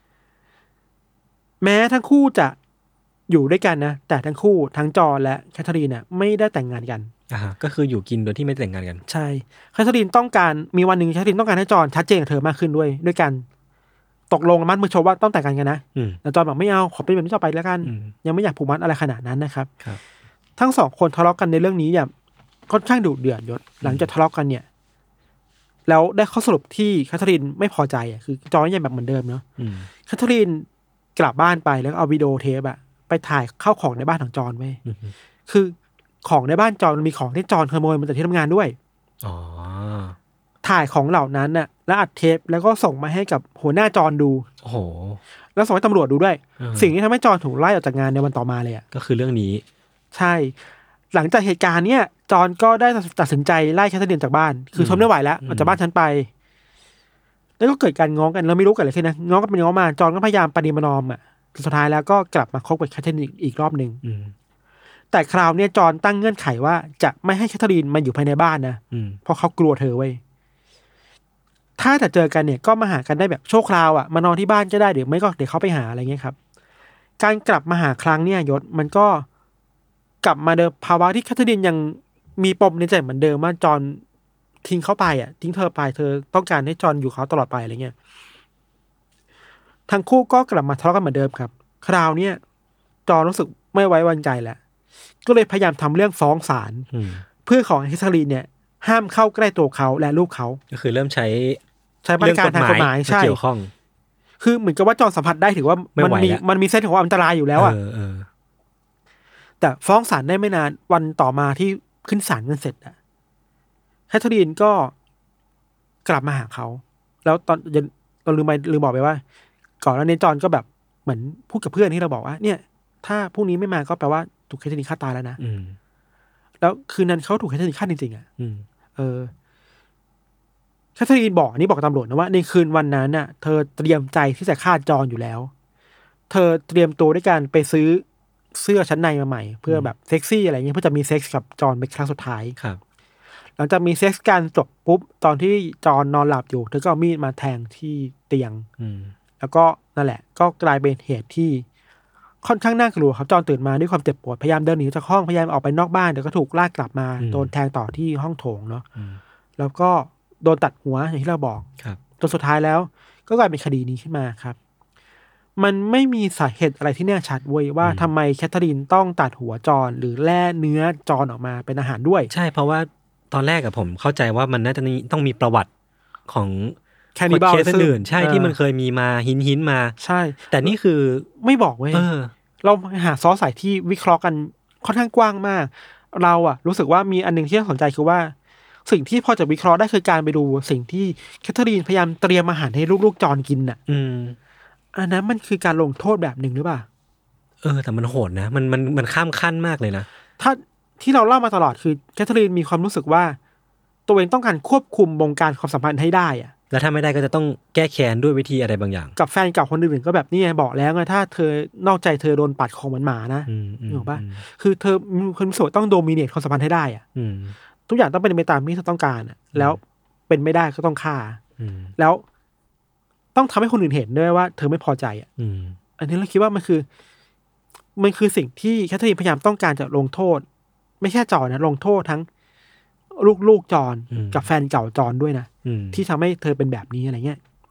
แม้ทั้งคู่จะอยู่ด้วยกันนะแต่ทั้งคู่ทั้งจอห์นและแคทเธอรีนเนี่ยไม่ได้แต่งงานกันอ่าก็คืออยู่กินโดยที่ไม่แต่งงานกันใช่แคทเธอรีนต้องการมีวันหนึ่งแคทเธอรีนต้องการให้จอห์นชัดเจนกับเธอมากขึ้นด้วยด้วยกันตกลงมัดมือชกว่าต้องแต่งงานกันนะแต่จอห์นบอกไม่เอาขอเป็นแบบนี้ต่อไปแล้วกันยังไม่อยากผูกมัดอะไรขนาดนั้นนะครับทั้งสองคนทะเลาะกันในเรื่องนี้เนี่ยค่อนข้างดุเดือดยศหลังจากทะเลาะกันเนี่ยแล้วได้ข้อสรุปที่แคทเธอรีนไม่พอใจอ่ะคือจอห์นยังแบบเหมือนเดิมเนาะแคทเธอรีนกลับบ้านไปแล้วเอาวิดีโอเทปอะไปถ่ายเข้าของในบ้านของจอห์นไว้คือของในบ้านจอห์นมีของที่จอห์นขโมยมาจากที่ทำงานด้วยอ๋อถ่ายของเหล่านั้นน่ะแล้วอัดเทปแล้วก็ส่งมาให้กับหัวหน้าจอห์นดูโอ้โหแล้วส่งให้ตำรวจดูด้วยสิ่งที่ทำให้จอห์นถูกไล่ออกจากงานในวันต่อมาเลยอ่ะก็คือเรื่องนี้ใช่หลังจากเหตุการณ์เนี้ยจอห์นก็ได้ตัดสินใจไล่แคทเธอรีนจากบ้านคือทนไม่ไหวแล้วออกจากบ้านฉันไปแล้วก็เกิดการง้อกันเราไม่รู้เกิดอะไรขึ้นนะง้อกันไปง้อมาจอห์นก็พยายามปฏิบัตินอมอ่ะสุดท้ายแล้วก็กลับมาคบกับแคทเธอรีนอีกรอบนึงแต่คราวนี้จอห์นตั้งเงื่อนไขว่าจะไม่ให้แคทเธอรีนมาอยู่ภายในบ้านนะเพราะเขากลัวเธอเว้ยถ้าจะเจอกันเนี่ยก็มาหากันได้แบบชั่วคราวอ่ะมานอนที่บ้านก็ได้เดี๋ยวไม่ก็เดี๋ยวเขาไปหาอะไรเงี้ยครับการกลับมาหาครั้งเนี่ยยศมันก็กลับมาเดิมภาวะที่แคทเธอรีนยังมีปมในใจเหมือนเดิมว่าจอห์นทิ้งเขาไปอ่ะทิ้งเธอไปเธอต้องการให้จอห์นอยู่เขาตลอดไปอะไรเงี้ยทั้งคู่ก็กลับมาทะเลาะกันเหมือนเดิมครับคราวนี้จอห์นรู้สึกไม่ไว้วางใจแล้วก็เลยพยายามทำเรื่องฟ้องศาลเพื่อขอให้แคทเธอรีนเนี่ยห้ามเข้าใกล้ตัวเขาและลูกเขาก็คือเริ่มใช้ใช้บริการทางกฎหมายใช่เกี่ยวข้องคือเหมือนกับว่าจอห์นสัมผัสได้ถือว่ามันมีมันมีเส้นของความอันตรายอยู่แล้วอ่ะแต่ฟ้องศาลได้ไม่นานวันต่อมาที่ขึ้นศาลกันเสร็จอ่ะแคทเธอรีนก็กลับมาหาเขาแล้วตอนเราลืมไปลืมบอกไปว่าก่อนแล้วเนจอนก็แบบเหมือนพูดกับเพื่อนที่เราบอกว่าเนี่ยถ้าพรุ่งนี้ไม่มาก็แปลว่าถูกแคทเธอรีนฆ่าตายแล้วนะแล้วคืนนั้นเขาถูกแคทเธอรีนฆ่าจริงๆอ่ะเออแคทเธอรีนบอกนี่บอกตำรวจนะว่าในคืนวันนั้นน่ะเธอเตรียมใจที่จะฆ่าจอห์นอยู่แล้วเธอเตรียมตัวด้วยการไปซื้อเสื้อชั้นในมาใหม่เพื่อแบบเซ็กซี่อะไรเงี้ยเพื่อจะมีเซ็กส์กับจอห์นเป็นครั้งสุดท้ายครับหลังจากมีเซ็กส์กันจบปุ๊บตอนที่จอห์นนอนหลับอยู่เธอก็เอามีดมาแทงที่เตียงแล้วก็นั่นแหละก็กลายเป็นเหตุที่ค่อนข้างน่ากลัวครับจอห์นตื่นมาด้วยความเจ็บปวดพยายามเดินหนีจากห้องพยายามออกไปนอกบ้านแต่ก็ถูกลากกลับมาโดนแทงต่อที่ห้องโถงเนาะแล้วก็โดนตัดหัวอย่างที่เราบอกจนสุดท้ายแล้วก็กลายเป็นคดีนี้ขึ้นมาครับมันไม่มีสาเหตุอะไรที่แน่ชัดเว้ยว่าทำไมแคทเธอรีนต้องตัดหัวจอห์นหรือแล่เนื้อจอห์นออกมาเป็นอาหารด้วยใช่เพราะว่าตอนแรกอะผมเข้าใจว่ามันน่าจะต้องมีประวัติของแคนิบาลอื่นใช่ที่มันเคยมีมาหินหินมาใช่แต่นี่คือไม่บอกเว้ยเราหาซอสใส่ที่วิเคราะห์กันค่อนข้างกว้างมากเราอะรู้สึกว่ามีอันนึงที่น่าสนใจคือว่าสิ่งที่พอจะวิเคราะห์ได้คือการไปดูสิ่งที่แคทเธอรีนพยายามเตรียมอาหารให้ลูกๆจอห์นกินน่ะอืมอันนั้นมันคือการลงโทษแบบหนึ่งหรือเปล่าเออแต่มันโหดนะมันมันมันข้ามขั้นมากเลยนะถ้าที่เราเล่ามาตลอดคือแคทเธอรีนมีความรู้สึกว่าตัวเองต้องการควบคุมวงการความสัมพันธ์ให้ได้อะแล้วถ้าไม่ได้ก็จะต้องแก้แค้นด้วยวิธีอะไรบางอย่างกับแฟนเก่าคนอื่นก็แบบนี้ไงบอกแล้วไงถ้าเธอนอกใจเธอโดนปัดคอเหมือนหมานะถูกป่ะคือเธอมีความรู้สึกต้องโดมิเนตความสัมพันธ์ให้ได้อ่ะทุกอย่างต้องเป็นไปตามที่เธอต้องการอ่ะแล้วเป็นไม่ได้ก็ต้องฆ่าแล้วต้องทำให้คนอื่นเห็นด้วยว่าเธอไม่พอใจอ่ะอันนี้เราคิดว่ามันคือมันคือสิ่งที่แคทเธอรีนพยายามต้องการจะลงโทษไม่ใช่จอห์นนะลงโทษทั้งลูกๆจอห์นกับแฟนเก่าจอห์นด้วยนะที่ทำให้เธอเป็นแบบนี้อะไรเงี้ย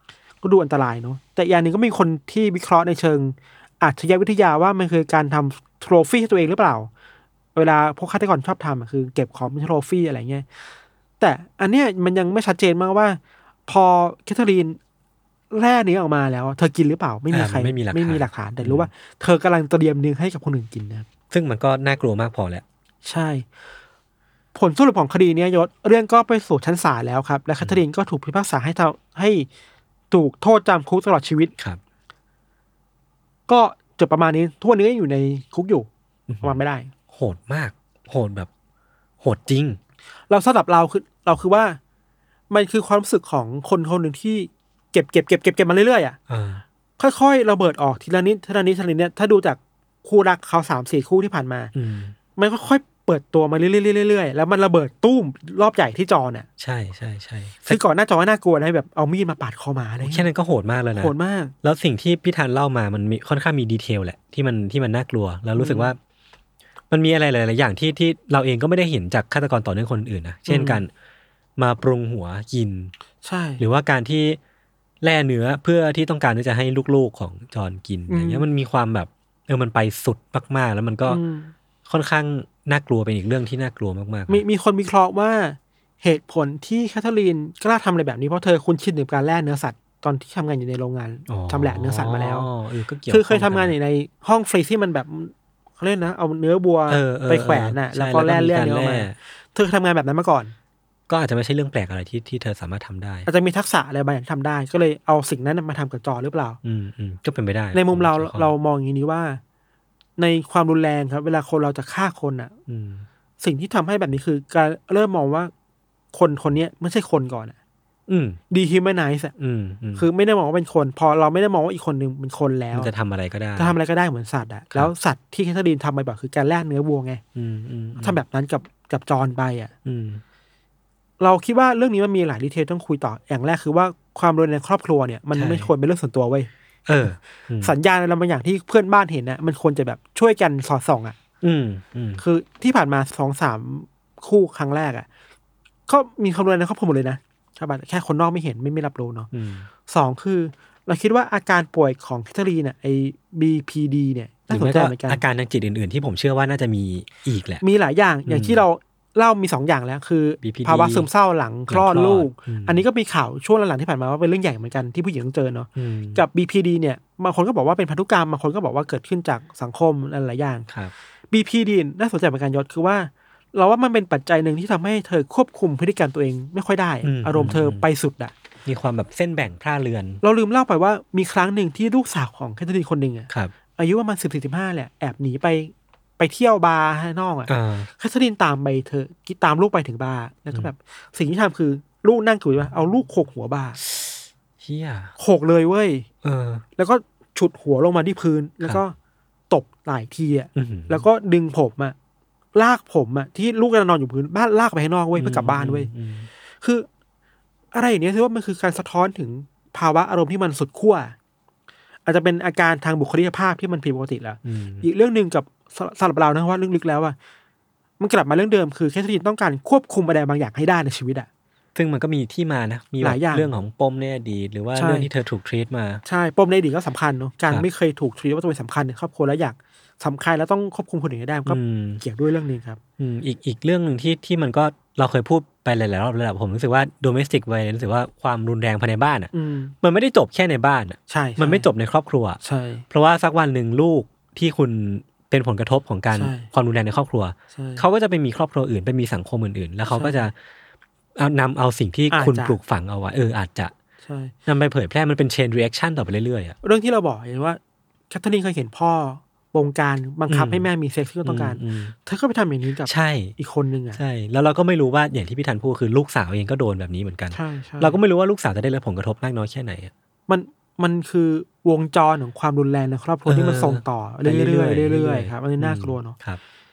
ก็ดูอันตรายเนาะแต่อย่างนึงก็มีคนที่วิเคราะห์ในเชิงอาชญาวิทยาว่ามันคือการทำโทรฟี่ให้ตัวเองหรือเปล่าเวลาพวกฆาตกรชอบทำอ่ะคือเก็บของเป็นโทรฟี่อะไรเงี้ยแต่อันเนี้ยมันยังไม่ชัดเจนมากว่าพอแคทเธอรีนแร่นี้ออกมาแล้วเธอกินหรือเปล่าไม่มีใครไม่มีหลักฐานแต่รู้ว่าเธอกำลังเตรียมเนื้อให้กับคนอื่นกินนะซึ่งมันก็น่ากลัวมากพอแล้วใช่ผลสรุปของคดีนี้ยศเรื่องก็ไปสู่ชั้นศาลแล้วครับและแคทเธอรีนก็ถูกพิพากษาให้ให้ถูกโทษจำคุกตลอดชีวิตครับก็จบประมาณนี้ทุกวันนี้ยังอยู่ในคุกอยู่ประมาณไม่ได้โหดมากโหดแบบโหดจริงเราสำหรับเราคือเราคือว่ามันคือความรู้สึกของคนคนหนึ่งที่เก็บเก็บเก็บเก็บเก็บมาเรื่อยๆอ่ะค่อยๆระเบิดออกทีละนิดทีละนิดทีละนิดเนี่ยถ้าดูจากคู่รักเขาสามสี่คู่ที่ผ่านมามันก็ค่อยเปิดตัวมาเรื่อยๆๆแล้วมันระเบิดตุ้มรอบใหญ่ที่จอเนี่ยใช่ใช่ใช่คือก่อนหน้าจอน่ากลัวนะแบบเอามีดมาปาดคอหมาอะไรแค่นั้นก็โหดมากแล้วนะโหดมากแล้วสิ่งที่พี่ธันเล่ามามันมีค่อนข้างมีดีเทลแหละที่มันที่มันน่ากลัวแล้วรู้สึกว่ามันมีอะไรหลายๆอย่างที่ที่เราเองก็ไม่ได้เห็นจากฆาตกรต่อเนื่องคนอื่นนะเช่นการมาปรุงหัวกินใช่หรือว่าการที่แล่เนื้อเพื่อที่ต้องการที่จะให้ลูกๆของจอนกินอย่างเงี้ยมันมีความแบบเออมันไปสุดมากๆแล้วมันก็ค่อนข้างน่ากลัวเป็นอีกเรื่องที่น่ากลัวมากๆมีมีคนวิเคราะห์ว่าเหตุผลที่แคทเธอรีนกล้าทำอะไรแบบนี้เพราะเธอคุ้นชินกับการแล่เนื้อสัตว์ตอนที่ทำงานอยู่ในโรงงานทำแหละเนื้อสัตว์มาแล้วคือเคยทำงานอยู่ในห้องฟรีซที่มันแบบเขาเล่นนะเอาเนื้อบัวไปแขวนน่ะแล้วก็แล่เลือดเนื้อมาเธอทำงานแบบนั้นมาก่อนก็อาจจะไม่ใช่เรื่องแปลกอะไรที่ที่เธอสามารถทำได้อาจจะมีทักษะอะไรบางอย่างทำได้ก็เลยเอาสิ่งนั้นมาทำกับจอหรือเปล่าอืมอืมก็เป็นไปได้ในมุมเราเรามองอย่างนี้ว่าในความรุนแรงครับเวลาคนเราจะฆ่าคนอ่ะสิ่งที่ทำให้แบบนี้คือการเริ่มมองว่าคนคนนี้ไม่ใช่คนก่อนอ่ะดีฮิวแมนไนซ์อ่ะคือไม่ได้มองว่าเป็นคนพอเราไม่ได้มองว่าอีกคนนึงเป็นคนแล้วจะทำอะไรก็ได้จะทำอะไรก็ได้เหมือนสัตว์อ่ะแล้วสัตว์ที่แคทเธอรีนทำไปแบบคือการแล่เนื้อวัวไงทำแบบนั้นกับกับจอนไปอ่ะเราคิดว่าเรื่องนี้มันมีหลายดีเทลต้องคุยต่ออย่างแรกคือว่าความรุนแรงในครอบครัวเนี่ยมันไม่ควรเป็นเรื่องส่วนตัวเว้ยเออสัญญาณอะไรบางอย่างที่เพื่อนบ้านเห็นนะมันควรจะแบบช่วยกันสอดส่องอ่ะคือที่ผ่านมาสองสามคู่ครั้งแรกอ่ะก็มีความรุนแรงในครอบครัวหมดเลยนะใช่ป่ะแค่คนนอกไม่เห็นไม่ไม่รับรู้เนาะสองคือเราคิดว่าอาการป่วยของแคทเธอรีนเนี่ยไอ้ บี พี ดี เนี่ยน่าสนใจเหมือนกันอาการทางจิตอื่นๆที่ผมเชื่อว่าน่าจะมีอีกแหละมีหลายอย่างอย่างที่เราเล่ามีสองอย่างแล้วคือภาวะซึมเศร้าหลังคลอดลูกอันนี้ก็มีข่าวช่วงหลังๆที่ผ่านมาว่าเป็นเรื่องใหญ่เหมือนกันที่ผู้หญิงต้องเจอเนาะกับ บี พี ดี เนี่ยบางคนก็บอกว่าเป็นพันธุกรรมบางคนก็บอกว่าเกิดขึ้นจากสังคมหลายๆอย่าง บี พี ดี น่าสนใจเหมือนกันยศคือว่าเราว่ามันเป็นปัจจัยหนึ่งที่ทำให้เธอควบคุมพฤติกรรมตัวเองไม่ค่อยได้อารมณ์เธอไปสุดอ่ะมีความแบบเส้นแบ่งพร่าเรือนเราลืมเล่าไปว่ามีครั้งหนึ่งที่ลูกสาวของแคทเธอรีนคนหนึ่งอ่ะอายุประมาณสิบสี่สิบห้าแหละแอบหนีไปไปเที่ยวบาร์ข้างนอกอ่ะแคทเธอรีนตามไปเธอกิตามลูกไปถึงบาร์แล้วก็แบบสิ่งที่ทำคือลูกนั่งคุยว่าเอาลูกโขกหัวบาร์เฮียโขกเลยเว้ยแล้วก็ฉุดหัวลงมาที่พื้นแล้วก็ตบหลายทีอ่ะแล้วก็ดึงผมอ่ะลากผมอ่ะที่ลูกกำลังนอนอยู่พื้นบ้านลากไปข้างนอกเว้ยเพื่อกลับบ้านเว้ยคืออะไรอย่างนี้ถือว่ามันคือการสะท้อนถึงภาวะอารมณ์ที่มันสุดขั้วอาจจะเป็นอาการทางบุคลิกภาพที่มันผิดปกติแล้วอีกเรื่องนึงกับสำหรับเรานะว่าลึกๆแล้วว่ามันกลับมาเรื่องเดิมคือแคทเธอรีนต้องการควบคุมอะไรบางอย่างให้ได้ในชีวิตอ่ะซึ่งมันก็มีที่มานะมีหลายอย่างเรื่องของปมในอดีตหรือว่าเรื่องที่เธอถูกทรีตมาใช่ปมในอดีตก็สำคัญเนาะการไม่เคยถูกทรีตว่าตัวเป็นสำคัญในครอบครัวแล้วอยากสำคัญแล้วต้องควบคุมคนอื่นให้ได้ก็เกี่ยวด้วยเรื่องนี้ครับอีกอีกเรื่องนึงที่ที่มันก็เราเคยพูดไปหลายๆรอบแล้วผมรู้สึกว่า domestic violence หรือว่าความรุนแรงภายในบ้านอ่ะมันไม่ได้จบแค่ในบ้านอ่ะใช่มันไม่จบในครอบครัวใช่เพราะว่าสักวันนึงลูกที่คุณเป็นผลกระทบของการความรุนแรงในครอบครัวเขาก็จะไปมีครอบครัวอื่นไปมีสังคมอื่นๆแล้วเขาก็จะเอานำเอาสิ่งที่คุณปลูกฝังเอาไว้เอออาจจะนำไปเผยแพร่มันเป็น chain reaction ต่อไปเรื่อยๆอ่ะเรื่องที่เราบอกเห็นว่าแคทเธอรีนเคยเห็นพ่อบงการบังคับให้แม่มีเซ็กซ์ที่ต้องการเธอก็ไปทำอย่างนี้กับอีกคนนึงอ่ะใช่แล้วเราก็ไม่รู้ว่าอย่างที่พี่ธันพูดคือลูกสาวเองก็โดนแบบนี้เหมือนกันเราก็ไม่รู้ว่าลูกสาวจะได้รับผลกระทบมากน้อยแค่ไหนมันมันคือวงจรของความรุนแรงในครอบครัวที่มันส่งต่อเรื่อยๆเรื่อยๆครับมันน่ากลัวเนาะ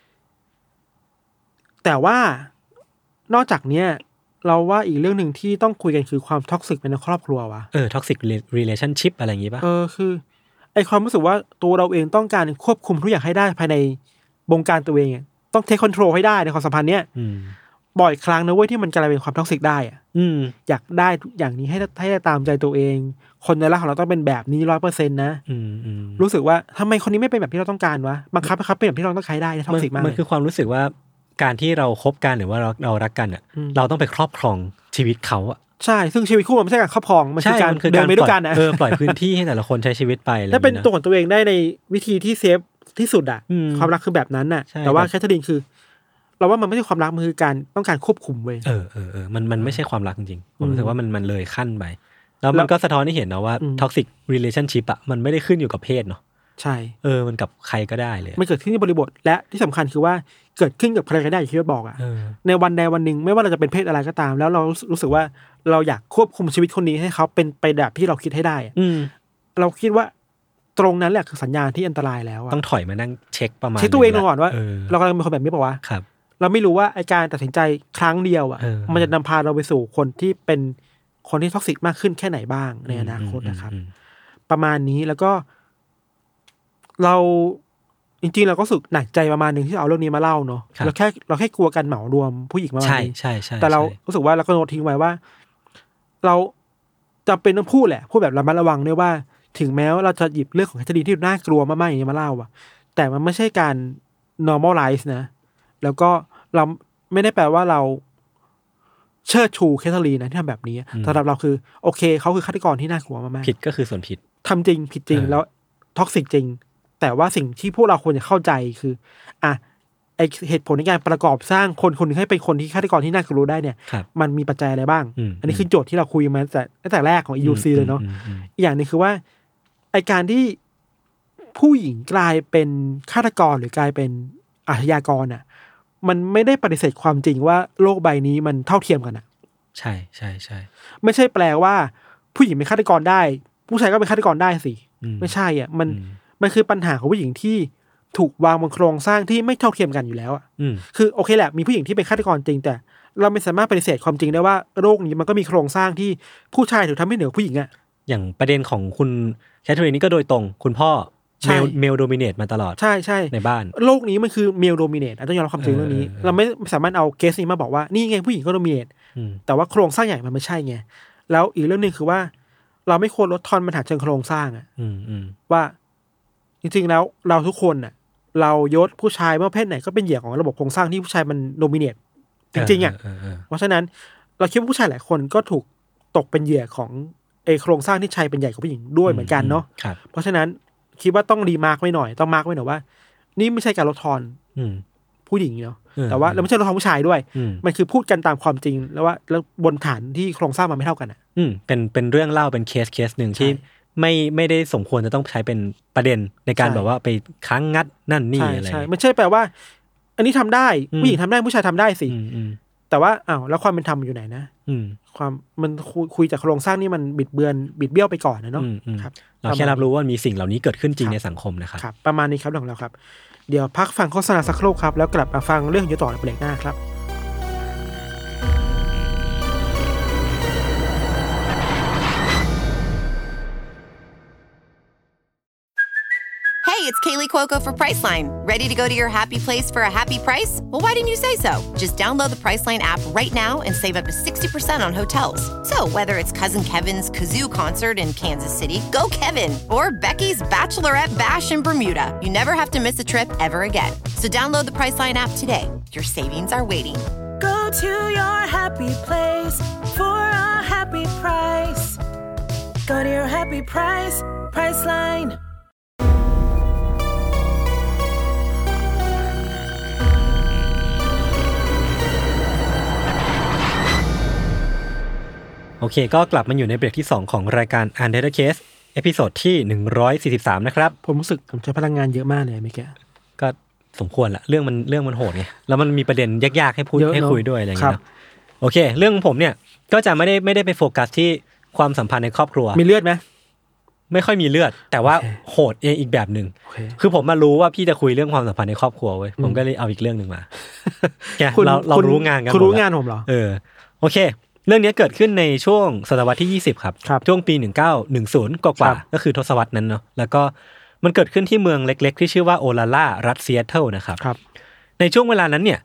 แต่ว่านอกจากเนี้ยเราว่าอีกเรื่องหนึ่งที่ต้องคุยกันคือความท็อกซิกในครอบครัววะเออท็อกซิกรีเลชั่นชิพอะไรอย่างงี้ป่ะเออคือไอความรู้สึกว่าตัวเราเองต้องการควบคุมทุกอย่างให้ได้ภายในวงการตัวเองต้องเทคคอนโทรลให้ได้ในความสัมพันธ์เนี้ยบ่อยครั้งนะเว้ยที่มันกลายเป็นความท็อกซิกได้อ่ะอืมอยากได้ทุกอย่างนี้ให้ให้ได้ตามใจตัวเองคนในรักของเราต้องเป็นแบบนี้ ร้อยเปอร์เซ็นต์ นะอืมอืมรู้สึกว่าทำไมคนนี้ไม่เป็นแบบที่เราต้องการวะบังคับให้เขาเป็นแบบที่เราต้องใช้ได้ท็อกซิกมากมันคือความรู้สึกว่าการที่เราคบกันหรือว่าเราเรารักกันอ่ะเราต้องไปครอบครองชีวิตเขาอ่ะใช่ซึ่งชีวิตคู่มันไม่ใช่การครอบครองมันคือการเดินไปด้วยกันนะเออปล่อยพื้นที่ให้แต่ละคนใช้ชีวิตไปแล้วเป็นตัวของตัวเองได้ในวิธีที่เซฟที่สุดอ่ะความรักคือแบบนั้นน่ะแต่ว่าแคทเธอรีนคือเราว่ามันไม่ใช่ความรักมันคือการต้องการควบคุมเว้ยเออเออเออมันมันไม่ใช่ความรักจริงๆผมรู้สึกว่ามันมันเลยขั้นไปแล้วมันก็สะท้อนให้เห็นนะว่า toxic relationship อ่ะมันไม่ได้ขึ้นอยู่กับเพศเนาะใช่เออมันกับใครก็ได้เลยมันเกิดขึ้นในบริบทและที่สำคัญคือว่าเกิดขึ้นกับใครก็ได้อย่างที่เราบอกอ่ะในวันใดวันหนึ่งไม่ว่าเราจะเป็นเพศอะไรก็ตามแล้วเรารู้สึกว่าเราอยากควบคุมชีวิตคนนี้ให้เขาเป็นไปแบบที่เราคิดให้ได้เราคิดว่าตรงนั้นแหละคือสัญญาณที่อันตรายแล้วต้องถอยมานั่งเช็คประมาณเช็คตัวเองก่อนว่าเรากำลังเป็นคนแบบนี้ป่าววะเราไม่รู้ว่าไอ้การตัดสินใจครั้งเดียวอ่ะมันจะนำพาเราไปสู่คนที่เป็นคนที่ท็อกซิกมากขึ้นแค่ไหนบ้างในอนาคตนะครับประมาณนี้แล้วก็เราจริงๆเราก็รู้สึกหนักใจประมาณนึงที่เอาเรื่องนี้มาเล่าเนาะเราแค่เราแค่กลัวกันเหมารวมผู้หญิงมาใช่ใช่ใช่แต่เรารู้สึกว่าเราก็โน้ตทิ้งไว้ว่าเราจำเป็นต้องพูดแหละพูดแบบระมัดระวังด้วยว่าถึงแม้ว่าเราจะหยิบเรื่องของคดีที่น่ากลัวมากๆอย่างนี้มาเล่าอ่ะแต่มันไม่ใช่การ normalize นะแล้วก็เราไม่ได้แปลว่าเราเชิดชูแคทเธอรีนนะที่ทำแบบนี้สำหรับเราคือโอเคเขาคือฆาตกรที่น่ากลัวมากๆผิดก็คือส่วนผิดทำจริงผิดจริงแล้วท็อกซิกจริงแต่ว่าสิ่งที่พวกเราควรจะเข้าใจคืออ่ะไอเหตุผลในการประกอบสร้างคนคนนึงให้เป็นคนที่ฆาตกรที่น่ากลัวได้เนี่ยมันมีปัจจัยอะไรบ้างอันนี้คือโจทย์ที่เราคุยมาแต่ตั้งแต่แรกของ อี ยู ซี เลยเนาะอีกอย่างนึงคือว่าไอการที่ผู้หญิงกลายเป็นฆาตกรหรือกลายเป็นอาชญากรอ่ะมันไม่ได้ปฏิเสธความจริงว่าโลกใบนี้มันเท่าเทียมกันอ่ะใช่ใช่ใช่ไม่ใช่แปลว่าผู้หญิงเป็นฆาตกรได้ผู้ชายก็เป็นฆาตกรได้สิไม่ใช่อ่ะมันมันคือปัญหาของผู้หญิงที่ถูกวางบนโครงสร้างที่ไม่เท่าเทียมกันอยู่แล้วอ่ะคือโอเคแหละมีผู้หญิงที่เป็นฆาตกรจริงแต่เราไม่สามารถปฏิเสธความจริงได้ว่าโลกนี้มันก็มีโครงสร้างที่ผู้ชายถูกทำให้เหนือผู้หญิงอ่ะอย่างประเด็นของคุณแคทเธอรีนนี่ก็โดยตรงคุณพ่อเมลเมลโดมิเนตมาตลอดใช่ใช่ในบ้านโลกนี้มันคือเมลโดมิเนตต้องยอมรับความจริงเรื่องนี้เราไม่สามารถเอาเคสนี้มาบอกว่านี่ไงผู้หญิงก็โดมิเนตแต่ว่าโครงสร้างใหญ่มันไม่ใช่ไงแล้วอีกเรื่องนึงคือว่าเราไม่ควรลดทอนปัญหาเชิงโครงสร้างอ่ะว่าจริงๆแล้วเราทุกคนน่ะเรายศผู้ชายไม่ว่าเพศไหนก็เป็นเหยื่อของระบบโครงสร้างที่ผู้ชายมันโดมิเนตจริงๆอ่ะเพราะฉะนั้นเราคิดว่าผู้ชายหลายคนก็ถูกตกเป็นเหยื่อของไอ้โครงสร้างที่ชายเป็นใหญ่กว่าผู้หญิงด้วยเหมือนกันเนาะเพราะฉะนั้นคิดว่าต้องรีมาร์กไว้หน่อยต้องมาร์กไว้หน่อยว่านี่ไม่ใช่การลดทอนผู้หญิงเนาะแต่ว่าเราไม่ใช่ลดทอนผู้ชายด้วยมันคือพูดกันตามความจริงแล้วว่าแล้วบนฐานที่โครงสร้างมันไม่เท่ากันอ่ะอืมเป็นเป็นเรื่องเล่าเป็นเคสเคสหนึ่งที่ไม่ไม่ได้สมควรจะต้องใช้เป็นประเด็นในการแบบว่าไปค้างงัดนั่นนี่อะไรใช่ไม่ใช่แปลว่าอันนี้ทำได้ผู้หญิงทำได้ผู้ชายทำได้สิแต่ว่าอ้าวแล้วความเป็นธรรมอยู่ไหนนะความมันคุยจากโครงสร้างนี่มันบิดเบือนบิดเบี้ยวไปก่อนนะเนาะครับเราแค่รับรู้ว่ามีสิ่งเหล่านี้เกิดขึ้นจริงในสังคมนะครับประมาณนี้ครับของเราครับเดี๋ยวพักฟังโฆษณาสักครู่ครับแล้วกลับมาฟังเรื่องอยู่ต่อในเบรกหน้าครับ Hey, it's Kaylee Cuoco for Priceline. Ready to go to your happy place for a happy price? Well, why didn't you say so? Just download the Priceline app right now and save up to sixty percent on hotels. So whether it's Cousin Kevin's Kazoo Concert in Kansas City, go Kevin, or Becky's Bachelorette Bash in Bermuda, you never have to miss a trip ever again. So download the Priceline app today. Your savings are waiting. Go to your happy place for a happy price. Go to your happy price, Priceline. โอเคก็กลับมาอยู่ในเบรกที่สองของรายการ Untitled Case เอพิโซดที่หนึ่งร้อยสี่สิบสามนะครับผมรู้สึกผมใช้พลังงานเยอะมากเลยเมื่อกี้ก็สมควรละเรื่องมันเรื่องมันโหดไงแล้วมันมีประเด็นยากๆให้พูดให้คุยด้วยอะไรอย่างเงี้ยโอเคเรื่องของผมเนี่ยก็จะไม่ได้ไม่ได้ไปโฟกัสที่ความสัมพันธ์ในครอบครัวมีเลือดมั้ยไม่ค่อยมีเลือดแต่ว่าโหดเองอีกแบบนึงคือผมมารู้ว่าพี่จะคุยเรื่องความสัมพันธ์ในครอบครัวเว้ยผมก็เลยเอาอีกเรื่องนึงมาเราเรารู้งานกันคุณรู้งานผมเหรอเออโอเคเรื่องนี้เกิดขึ้นในช่วงศตวรรษที่ยี่สิบครับช่วงปีหนึ่งเก้าหนึ่งศูนย์กว่าๆก็คือทศวรรษนั้นเนาะแล้วก็มันเกิดขึ้นที่เมืองเล็กๆที่ชื่อว่าโอลาล่ารัฐซีแอตเทิลนะครับในช่วงเวลานั้นเนี่ย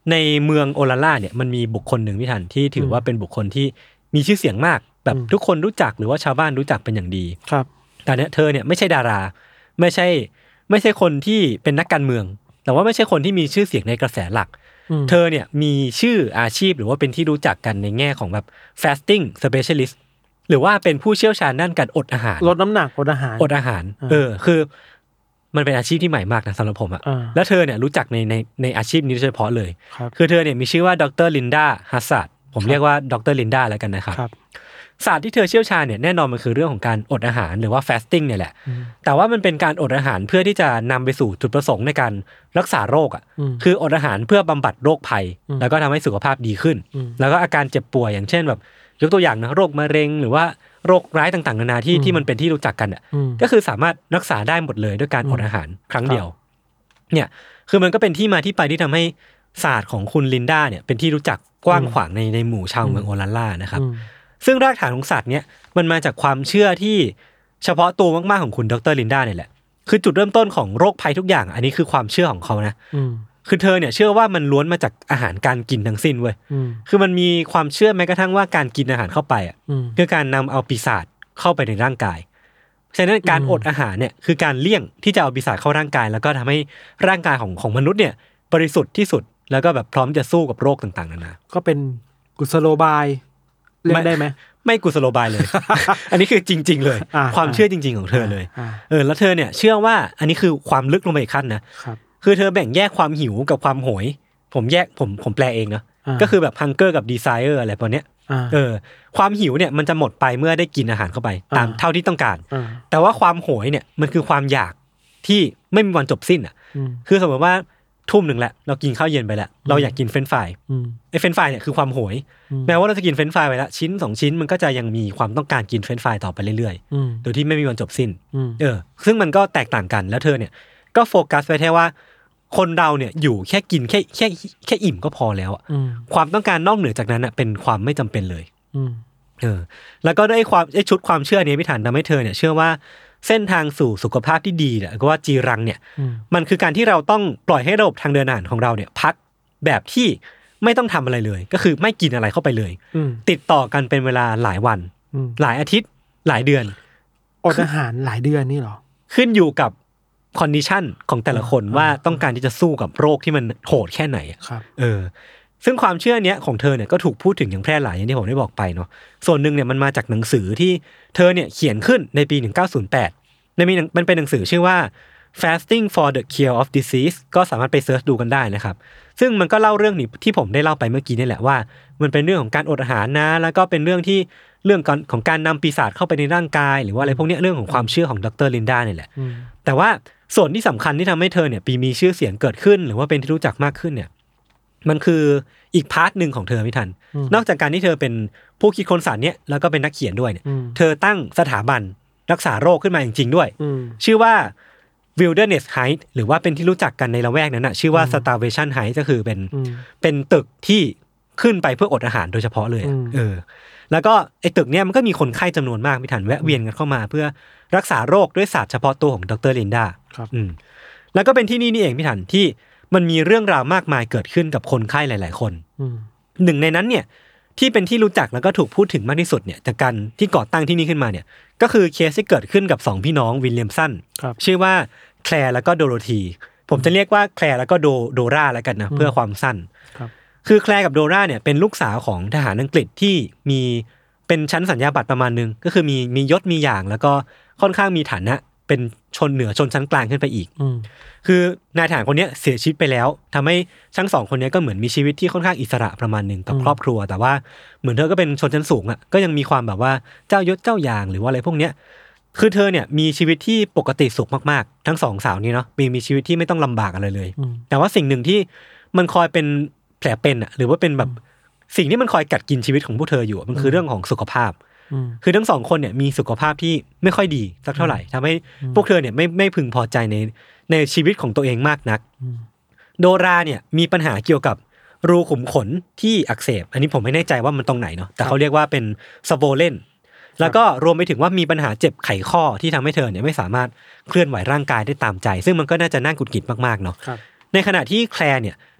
ในเมืองโอลาล่าเนี่ยมันมีบุคคลหนึ่งพี่ทันที่ถือว่าเป็นบุคคลที่มีชื่อเสียงมากแบบทุกคนรู้จักหรือว่าชาวบ้านรู้จักเป็นอย่างดีครับแต่เนี่ยเธอเนี่ยไม่ใช่ดาราไม่ใช่ไม่ใช่คนที่เป็นนักการเมืองแต่ว่าไม่ใช่คนที่มีชื่อเสียงในกระแสหลักเธอเนี่ยมีชื่ออาชีพหรือว่าเป็นที่รู้จักกันในแง่ของแบบ fasting specialist หรือว่าเป็นผู้เชี่ยวชาญด้านการอดอาหารลดน้ำหนักอดอาหารอดอาหารเออคือมันเป็นอาชีพที่ใหม่มากนะสำหรับผมอ่ะแล้วเธอเนี่ยรู้จักในในในอาชีพนี้โดยเฉพาะเลยคือเธอเนี่ยมีชื่อว่าดร.ลินดาฮัสซัดผมเรียกว่าดร.ลินดาแล้วกันนะครับศาสตร์ที่เธอเชี่ยวชาญเนี่ยแน่นอนมันคือเรื่องของการอดอาหารหรือว่า fasting เนี่ยแหละแต่ว่ามันเป็นการอดอาหารเพื่อที่จะนำไปสู่จุดประสงค์ในการรักษาโรคอ่ะคืออดอาหารเพื่อบำบัดโรคภัยแล้วก็ทำให้สุขภาพดีขึ้นแล้วก็อาการเจ็บป่วยอย่างเช่นแบบยกตัวอย่างนะโรคมะเร็งหรือว่าโรคร้ายต่างๆนานาที่ที่มันเป็นที่รู้จักกันอ่ะก็คือสามารถรักษาได้หมดเลยด้วยการอดอาหารครั้งเดียวเนี่ยคือมันก็เป็นที่มาที่ไปที่ทำให้ศาสตร์ของคุณลินดาเนี่ยเป็นที่รู้จักกว้างขวางในในหมู่ชาวเมืองโอลาล่านะครับซึ่งรากฐานของศาสตร์เนี้ยมันมาจากความเชื่อที่เฉพาะตัวมากๆของคุณดร.ลินดาเนี่ยแหละคือจุดเริ่มต้นของโรคภัยทุกอย่างอันนี้คือความเชื่อของเขานะคือเธอเนี่ยเชื่อว่ามันล้วนมาจากอาหารการกินทั้งสิ้นเว้ยคือมันมีความเชื่อแม้กระทั่งว่าการกินอาหารเข้าไปอ่ะคือการนำเอาปีศาจเข้าไปในร่างกายฉะนั้นการอดอาหารเนี่ยคือการเลี่ยงที่จะเอาปีศาจเข้าร่างกายแล้วก็ทำให้ร่างกายของของมนุษย์เนี่ยบริสุทธิ์ที่สุดแล้วก็แบบพร้อมจะสู้กับโรคต่างๆนานาก็เป็นกุศโลบายเล่นได้ไหมไม่กุศโลบายเลย อันนี้คือจริงๆเลยความเชื่อจริงๆของเธอเลยเออแล้วเธอเนี่ยเชื่อว่าอันนี้คือความลึกลงไปอีกขั้นนะคือเธอแบ่งแยกความหิวกับความโหยผมแยกผมผมแปลเองเนาะก็คือแบบ hunger กับ desire อะไรพวกเนี้ยเออความหิวเนี่ยมันจะหมดไปเมื่อได้กินอาหารเข้าไปตามเท่าที่ต้องการแต่ว่าความโหยเนี่ยมันคือความอยากที่ไม่มีวันจบสิ้นอ่ะคือสมมติว่าทุ่มหนึ่งแหละเรากินข้าวเย็นไปแล้วเราอยากกินเฟรนช์ฟรายไอ้เฟรนช์ฟรายเนี่ยคือความโหยแม้ว่าเราจะกินเฟรนช์ฟรายไปแล้วชิ้นสองชิ้นมันก็จะยังมีความต้องการกินเฟรนช์ฟรายต่อไปเรื่อยๆโดยที่ไม่มีวันจบสิ้นเออซึ่งมันก็แตกต่างกันแล้วเธอเนี่ยก็โฟกัสไปแค่ว่าคนเราเนี่ยอยู่แค่กินแค่แค่แค่อิ่มก็พอแล้วอ่ะความต้องการนอกเหนือจากนั้นอ่ะเป็นความไม่จำเป็นเลยเออแล้วก็ด้วยความไอ้ชุดความเชื่อนี้พี่ถันทำให้เธอเนี่ยเชื่อว่าเส้นทางสู่สุขภาพที่ดีเนี่ยก็ว่าจีรังเนี่ยมันคือการที่เราต้องปล่อยให้ระบบทางเดินอาหารของเราเนี่ยพักแบบที่ไม่ต้องทำอะไรเลยก็คือไม่กินอะไรเข้าไปเลยติดต่อกันเป็นเวลาหลายวันหลายอาทิตย์หลายเดือนอดอาหารหลายเดือนนี่หรอขึ้นอยู่กับคอนดิชันของแต่ละคนว่าต้องการที่จะสู้กับโรคที่มันโหดแค่ไหนเออซึ่งความเชื่อเนี้ยของเธอเนี่ยก็ถูกพูดถึงอย่างแพร่หลายอย่างที่ผมได้บอกไปเนาะส่วนหนึ่งเนี่ยมันมาจากหนังสือที่เธอเนี่ยเขียนขึ้นในปีหนึ่งเก้าศูนย์แปดในมีมันเป็นหนังสือชื่อว่า Fasting for the Cure of Disease ก็สามารถไปเสิร์ชดูกันได้นะครับซึ่งมันก็เล่าเรื่องนี้ที่ผมได้เล่าไปเมื่อกี้นี่แหละว่ามันเป็นเรื่องของการอดอาหารนะแล้วก็เป็นเรื่องที่เรื่องของการนำปีศาจเข้าไปในร่างกายหรือว่าอะไรพวกนี้เรื่องของความเชื่อของดร.ลินดาเนี่ยแหละแต่ว่าส่วนที่สำคัญที่ทำให้เธอเนี่ยปีมีชื่อเสียงเกิดขึ้นหรือว่าเป็นที่รู้จักมากขึ้นเนี่ยมันคืออีกพาร์ทหนึ่งของเธอไม่ทันนอกจากการที่เธอเป็นผู้คิดค้นศาสตร์เนี้ยแล้วก็เป็นนักเขียนด้วยเนี่ยเธอตั้งสถาบันรักษาโรคขึ้นมาจริงๆด้วยชื่อว่า Wilderness Heights หรือว่าเป็นที่รู้จักกันในละแวกนั้นน่ะชื่อว่า Starvation Heights ก็คือเป็นเป็นตึกที่ขึ้นไปเพื่ออดอาหารโดยเฉพาะเลยเออแล้วก็ไอ้ตึกเนี้ยมันก็มีคนไข้จำนวนมากไม่ทันแวะเวียนกันเข้ามาเพื่อรักษาโรคด้วยศาสตร์เฉพาะตัวของดร.ลินดาอืมแล้วก็เป็นที่นี่นี่เองพี่ทันที่มันมีเรื่องราวมากมายเกิดขึ้นกับคนไข้หลายๆคนหนึ่งในนั้นเนี่ยที่เป็นที่รู้จักแล้วก็ถูกพูดถึงมากที่สุดเนี่ยจากการที่ก่อตั้งที่นี่ขึ้นมาเนี่ยก็คือเคสที่เกิดขึ้นกับสองพี่น้องวิลเลียมสันชื่อว่าแคลร์แล้วก็โดโรธีผมจะเรียกว่าแคลร์แล้วก็โดโดราแล้วกันนะเพื่อความสั้นคือแคลร์กับโดราเนี่ยเป็นลูกสาวของทหารอังกฤษที่มีเป็นชั้นสัญญาบัตรประมาณนึงก็คือมีมียศมีอย่างแล้วก็ค่อนข้างมีฐานะเป็นชนเหนือชนชั้นกลางขึ้นไปอีกคือนายทหารคนนี้เสียชีวิตไปแล้วทำให้ทั้งสองคนนี้ก็เหมือนมีชีวิตที่ค่อนข้างอิสระประมาณนึงกับครอบครัวแต่ว่าเหมือนเธอก็เป็นชนชั้นสูงอ่ะก็ยังมีความแบบว่าเจ้ายศเจ้าอย่างหรือว่าอะไรพวกเนี้ยคือเธอเนี่ยมีชีวิตที่ปกติสุขมากๆทั้งสองสาวนี้เนาะมีมีชีวิตที่ไม่ต้องลำบากอะไรเลยแต่ว่าสิ่งหนึ่งที่มันคอยเป็นแผลเป็นอ่ะหรือว่าเป็นแบบสิ่งที่มันคอยกัดกินชีวิตของพวกเธออยู่มันคือเรื่องของสุขภาพคือทั้งสองคนเนี่ยมีสุขภาพที่ไม่ค่อยดีสักเท่าไหร่ทำให้พวกเธอเนี่ยไม่ไม่พึงพอใจในในชีวิตของตัวเองมากนักโดราเนี่ยมีปัญหาเกี่ยวกับรูขุมขนที่อักเสบอันนี้ผมไม่แน่ใจว่ามันตรงไหนเนาะแต่เขาเรียกว่าเป็นสโวเลนแล้วก็รวมไปถึงว่ามีปัญหาเจ็บไขข้อที่ทำให้เธอเนี่ยไม่สามารถเคลื่อนไหวร่างกายได้ตามใจซึ่งมันก็น่าจะน่ากุดกิดมากๆเนาะในขณะที่แคลร์เนี่ย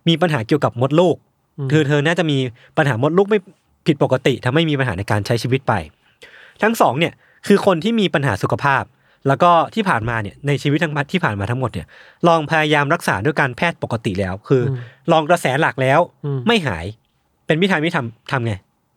มีปัญหาเกี่ยวกับมดลูกคือเธอน่าจะมีปัญหามดลูกไม่ผิดปกติทำให้มีปัญหาในการใช้ชีวิตไปทั้งสองเนี่ยคือคนที่มีปัญหาสุขภาพแล้วก็ที่ผ่านมาเนี่ยในชีวิตทั้งที่ผ่านมาทั้งหมดเนี่ยลองพยายามรักษาด้วยการแพทย์ปกติแล้วคือลองกระแสหลักแล้วไม่หายเป็นวิธีไม่ทำทำไง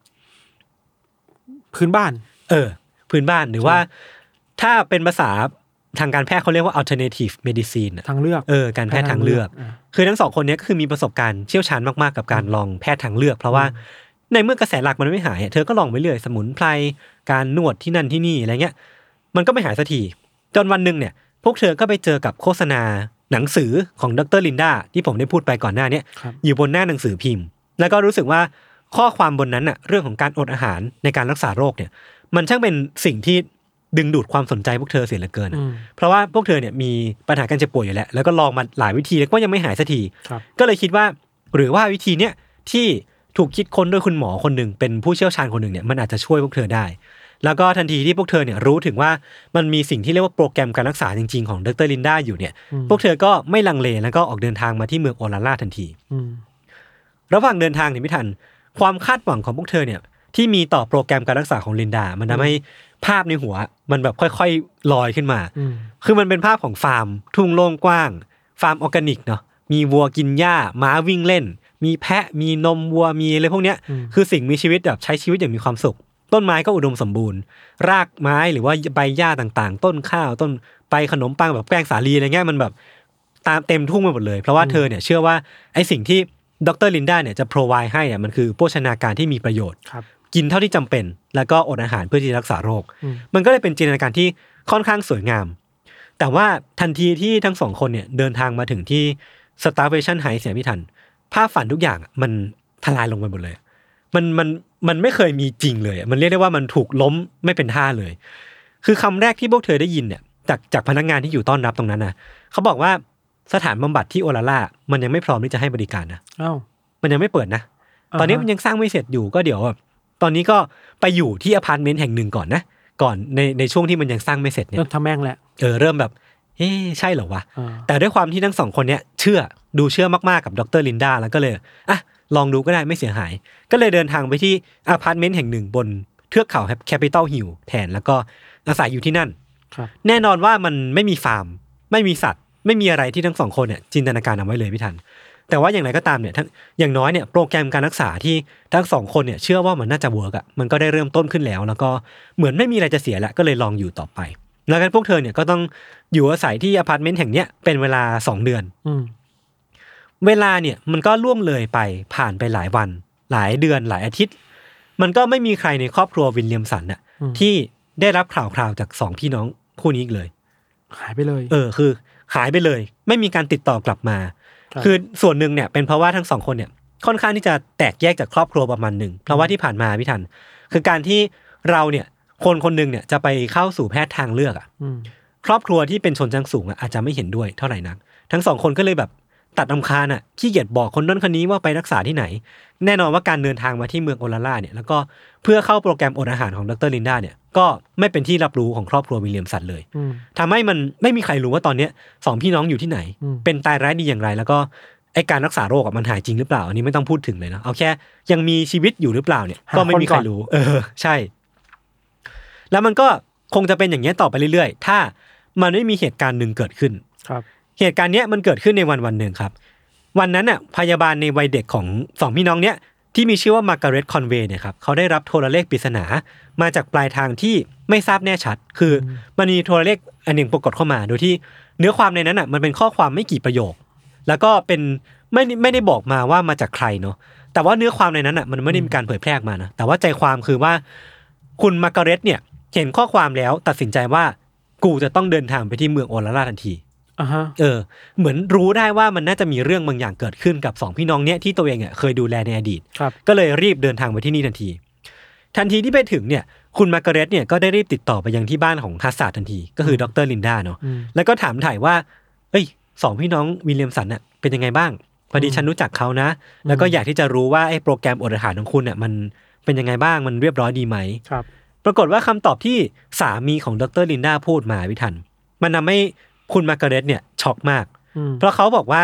พื้นบ้านเออพื้นบ้านหรือว่าถ้าเป็นภาษาทางการแพทย์เขาเรียกว่า alternative medicine ทางเลือกเออการแพทย์ทางเลือกคือทั้งสองคนนี้ก็คือมีประสบการณ์เชี่ยวชาญมากๆกับการลองแพทย์ทางเลือกเพราะว่าในเมื่อกระแสหลักมันไม่หายเธอก็ลองไปเรื่อยสมุนไพรการนวดที่นั่นที่นี่อะไรเงี้ยมันก็ไม่หายสักทีจนวันนึงเนี่ยพวกเธอก็ไปเจอกับโฆษณาหนังสือของดร.ลินดาที่ผมได้พูดไปก่อนหน้านี้อยู่บนหน้าหนังสือพิมพ์แล้วก็รู้สึกว่าข้อความบนนั้นน่ะเรื่องของการอดอาหารในการรักษาโรคเนี่ยมันช่างเป็นสิ่งที่ดึงดูดความสนใจพวกเธอเสียเหลือเกินเพราะว่าพวกเธอเนี่ยมีปัญหาการเจ็บป่วยอยู่แล้วแล้วก็ลองมาหลายวิธีแล้วก็ยังไม่หายสักทีก็เลยคิดว่าหรือว่าวิธีเนี้ยที่ถูกคิดค้นโดยคุณหมอคนหนึ่งเป็นผู้เชี่ยวชาญคนหนึ่งเนี่ยมันอาจจะช่วยพวกเธอได้แล้วก็ทันทีที่พวกเธอเนี่ยรู้ถึงว่ามันมีสิ่งที่เรียกว่าโปรแกรมการรักษาจริงๆของดร.ลินดาอยู่เนี่ยพวกเธอก็ไม่ลังเลแล้วก็ออกเดินทางมาที่เมืองโอลาล่าทันทีระหว่างเดินทางเนี่ยพี่ทันความคาดหวังของพวกเธอเนี่ยที่มีต่อโปรแกรมการรักษาของลินดามันทำให้ภาพในหัวมันแบบค่อยๆลอยขึ้นมาคือมันเป็นภาพของฟาร์มทุ่งโล่งกว้างฟาร์มออร์แกนิกเนาะมีวัวกินหญ้าม้าวิ่งเล่นมีแพะมีนมวัวมีอะไรพวกเนี้ยคือสิ่งมีชีวิตแบบใช้ชีวิตอย่างมีความสุขต้นไม้ก็อุดมสมบูรณ์รากไม้หรือว่าใบหญ้าต่างๆต้นข้าวต้นใบขนมปังแบบแป้งสาลีอะไรเงี้ยมันแบบตามเต็มทุ่งไปหมดเลยเพราะว่าเธอเนี่ยเชื่อว่าไอ้สิ่งที่ดร.ลินดาเนี่ยจะ provide ให้อ่ะมันคือโภชนาการที่มีประโยชน์กินเท่าที่จำเป็นแล้วก็อดอาหารเพื่อที่จะรักษาโรคมันก็เลยเป็นจินตนาการที่ค่อนข้างสวยงามแต่ว่าทันทีที่ทั้งสองคนเนี่ยเดินทางมาถึงที่ Starvation Heights เนี่ยพี่ทันภาพฝันทุกอย่างมันทลายลงไปหมดเลยมันมันมันไม่เคยมีจริงเลยมันเรียกได้ว่ามันถูกล้มไม่เป็นท่าเลยคือคำแรกที่พวกเธอได้ยินเนี่ยจากจากพนักงานที่อยู่ต้อนรับตรงนั้นนะเขาบอกว่าสถานบำบัดที่โอลาล่ามันยังไม่พร้อมที่จะให้บริการนะอ้าวมันยังไม่เปิดนะตอนนี้มันยังสร้างไม่เสร็จอยู่ก็เดี๋ยวตอนนี้ก็ไปอยู่ที่อพาร์ตเมนต์แห่งหนึ่งก่อนนะก่อนในในช่วงที่มันยังสร้างไม่เสร็จเนี่ยเริ่มทำแม่งแล้วเออเริ่มแบบเฮ้ใช่เหรอวะแต่ด้วยความที่ทั้งสองคนเนี้ยเชื่อดูเชื่อมากๆกับดร.ลินดาแล้วก็เลยอ่ะลองดูก็ได้ไม่เสียหายก็เลยเดินทางไปที่อพาร์ตเมนต์แห่งหนึ่งบนเทือกเขาแคปิตอลฮิลล์แทนแล้วก็อาศัยอยู่ที่นั่นแน่นอนว่ามันไม่มีฟาร์มไม่มีสัตว์ไม่มีอะไรที่ทั้งสองคนเนี่ยจินตนาการเอาไว้เลยพี่ทันแต่ว่าอย่างไรก็ตามเนี่ยทั้งอย่างน้อยเนี่ยโปรแกรมการรักษาที่ทั้งสองคนเนี่ยเชื่อว่ามันน่าจะเวิร์กอ่ะมันก็ได้เริ่มต้นขึ้นแล้วแล้วก็เหมือนไม่มีอะไรจะเสียแล้วก็เลยลองอยู่ต่อไปแล้วกันพวกเธอเนี่ยก็ต้องอยู่อาศัยที่อพาร์ตเมนต์แห่งเนี้ยเป็นเวลาสองเดือนเวลาเนี่ยมันก็ล่วงเลยไปผ่านไปหลายวันหลายเดือนหลายอาทิตย์มันก็ไม่มีใครในครอบครัววิลเลียมสันน่ะที่ได้รับข่าวคราวจากสองพี่น้องคู่นี้อีกเลยหายไปเลยเออคือหายไปเลยไม่มีการติดต่อกลับมาคือส่วนหนึ่งเนี่ยเป็นเพราะว่าทั้งสองคนเนี่ยค่อนข้างที่จะแตกแยกจากครอบครัวประมาณหนึ่งเพราะว่าที่ผ่านมาพี่ทันคือการที่เราเนี่ยคนคนนึงเนี่ยจะไปเข้าสู่แพทย์ทางเลือกอ่ะครอบครัวที่เป็นชนชั้นสูงอ่ะอาจจะไม่เห็นด้วยเท่าไหร่นักทั้งสองคนก็เลยแบบตัดรำคาญอ่ะขี้เกียจบอกคนนั้นคนนี้ว่าไปรักษาที่ไหนแน่นอนว่าการเดินทางมาที่เมืองโอลาล่าเนี่ยแล้วก็เพื่อเข้าโปรแกรมอดอาหารของดร.ลินดาเนี่ยก็ไม่เป็นที่รับรู้ของครอบครัววิลเลียมสันเลยทำให้มันไม่มีใครรู้ว่าตอนนี้สองพี่น้องอยู่ที่ไหนเป็นตายร้ายดีอย่างไรแล้วก็ไอการรักษาโรคมันหายจริงหรือเปล่าอันนี้ไม่ต้องพูดถึงเลยนะเอาแค่ยังมีชีวิตอยู่หรือเปล่าเนี่ยก็ไม่มีใครรู้เออใช่แล้วมันก็คงจะเป็นอย่างนี้ต่อไปเรื่อยๆถ้ามันไม่มีเหตุการณ์หนึ่งเกิดขึ้นครับเหตุการณ์นี้มันเกิดขึ้นในวันวันหนึ่งครับวันนั้นน่ะพยาบาลในวัยเด็กของสองพี่น้องเนี้ยที่มีชื่อว่ามาร์การ์เร็ตคอนเวย์เนี่ยครับเขาได้รับโทรเลขปริศนามาจากปลายทางที่ไม่ทราบแน่ชัดคือมันมีโทรเลขอันหนึ่งปรากฏเข้ามาโดยที่เนื้อความในนั้นน่ะมันเป็นข้อความไม่กี่ประโยคแล้วก็เป็นไม่ไม่ได้บอกมาว่ามาจากใครเนาะแต่ว่าเนื้อความในนั้นน่ะมันไม่ได้มีการเผยแพร่มานะแต่ว่าใจความคือว่าคุณมาร์การ์เร็ตเนี่ยเห็นข้อความแล้วตัดสินใจว่ากูจะต้องเดินทางไปที่เมืองโอลาล่าทันทีอ่าฮะเออเหมือนรู้ได้ว่ามันน่าจะมีเรื่องบางอย่างเกิดขึ้นกับสองพี่น้องเนี้ยที่ตัวเองอ่ะเคยดูแลในอดีตก็เลยรีบเดินทางไปที่นี่ทันทีทันทีที่ไปถึงเนี่ยคุณมาร์การ์เร็ตเนี่ยก็ได้รีบติดต่อไปยังที่บ้านของฮัสซัดทันทีก็คือดร.ลินดาเนาะแล้วก็ถามถ่ายว่าเอ้ยสองพี่น้องวิลเลียมสันน่ะเป็นยังไงบ้างพอดีฉันรู้จักเขานะแล้วก็อยากที่จะรู้ว่าไอ้โปรแกรมอดอาหารของคุณเนี่ยมันเป็นยังไงบ้างมันเรียบร้อยดีไหมครับปรากฏว่าคำตอบที่สามีของดร.ลินดาพูดมาพี่ทันมันทำให้คุณมาร์การ์เร็ตเนี่ยช็อกมากเพราะเขาบอกว่า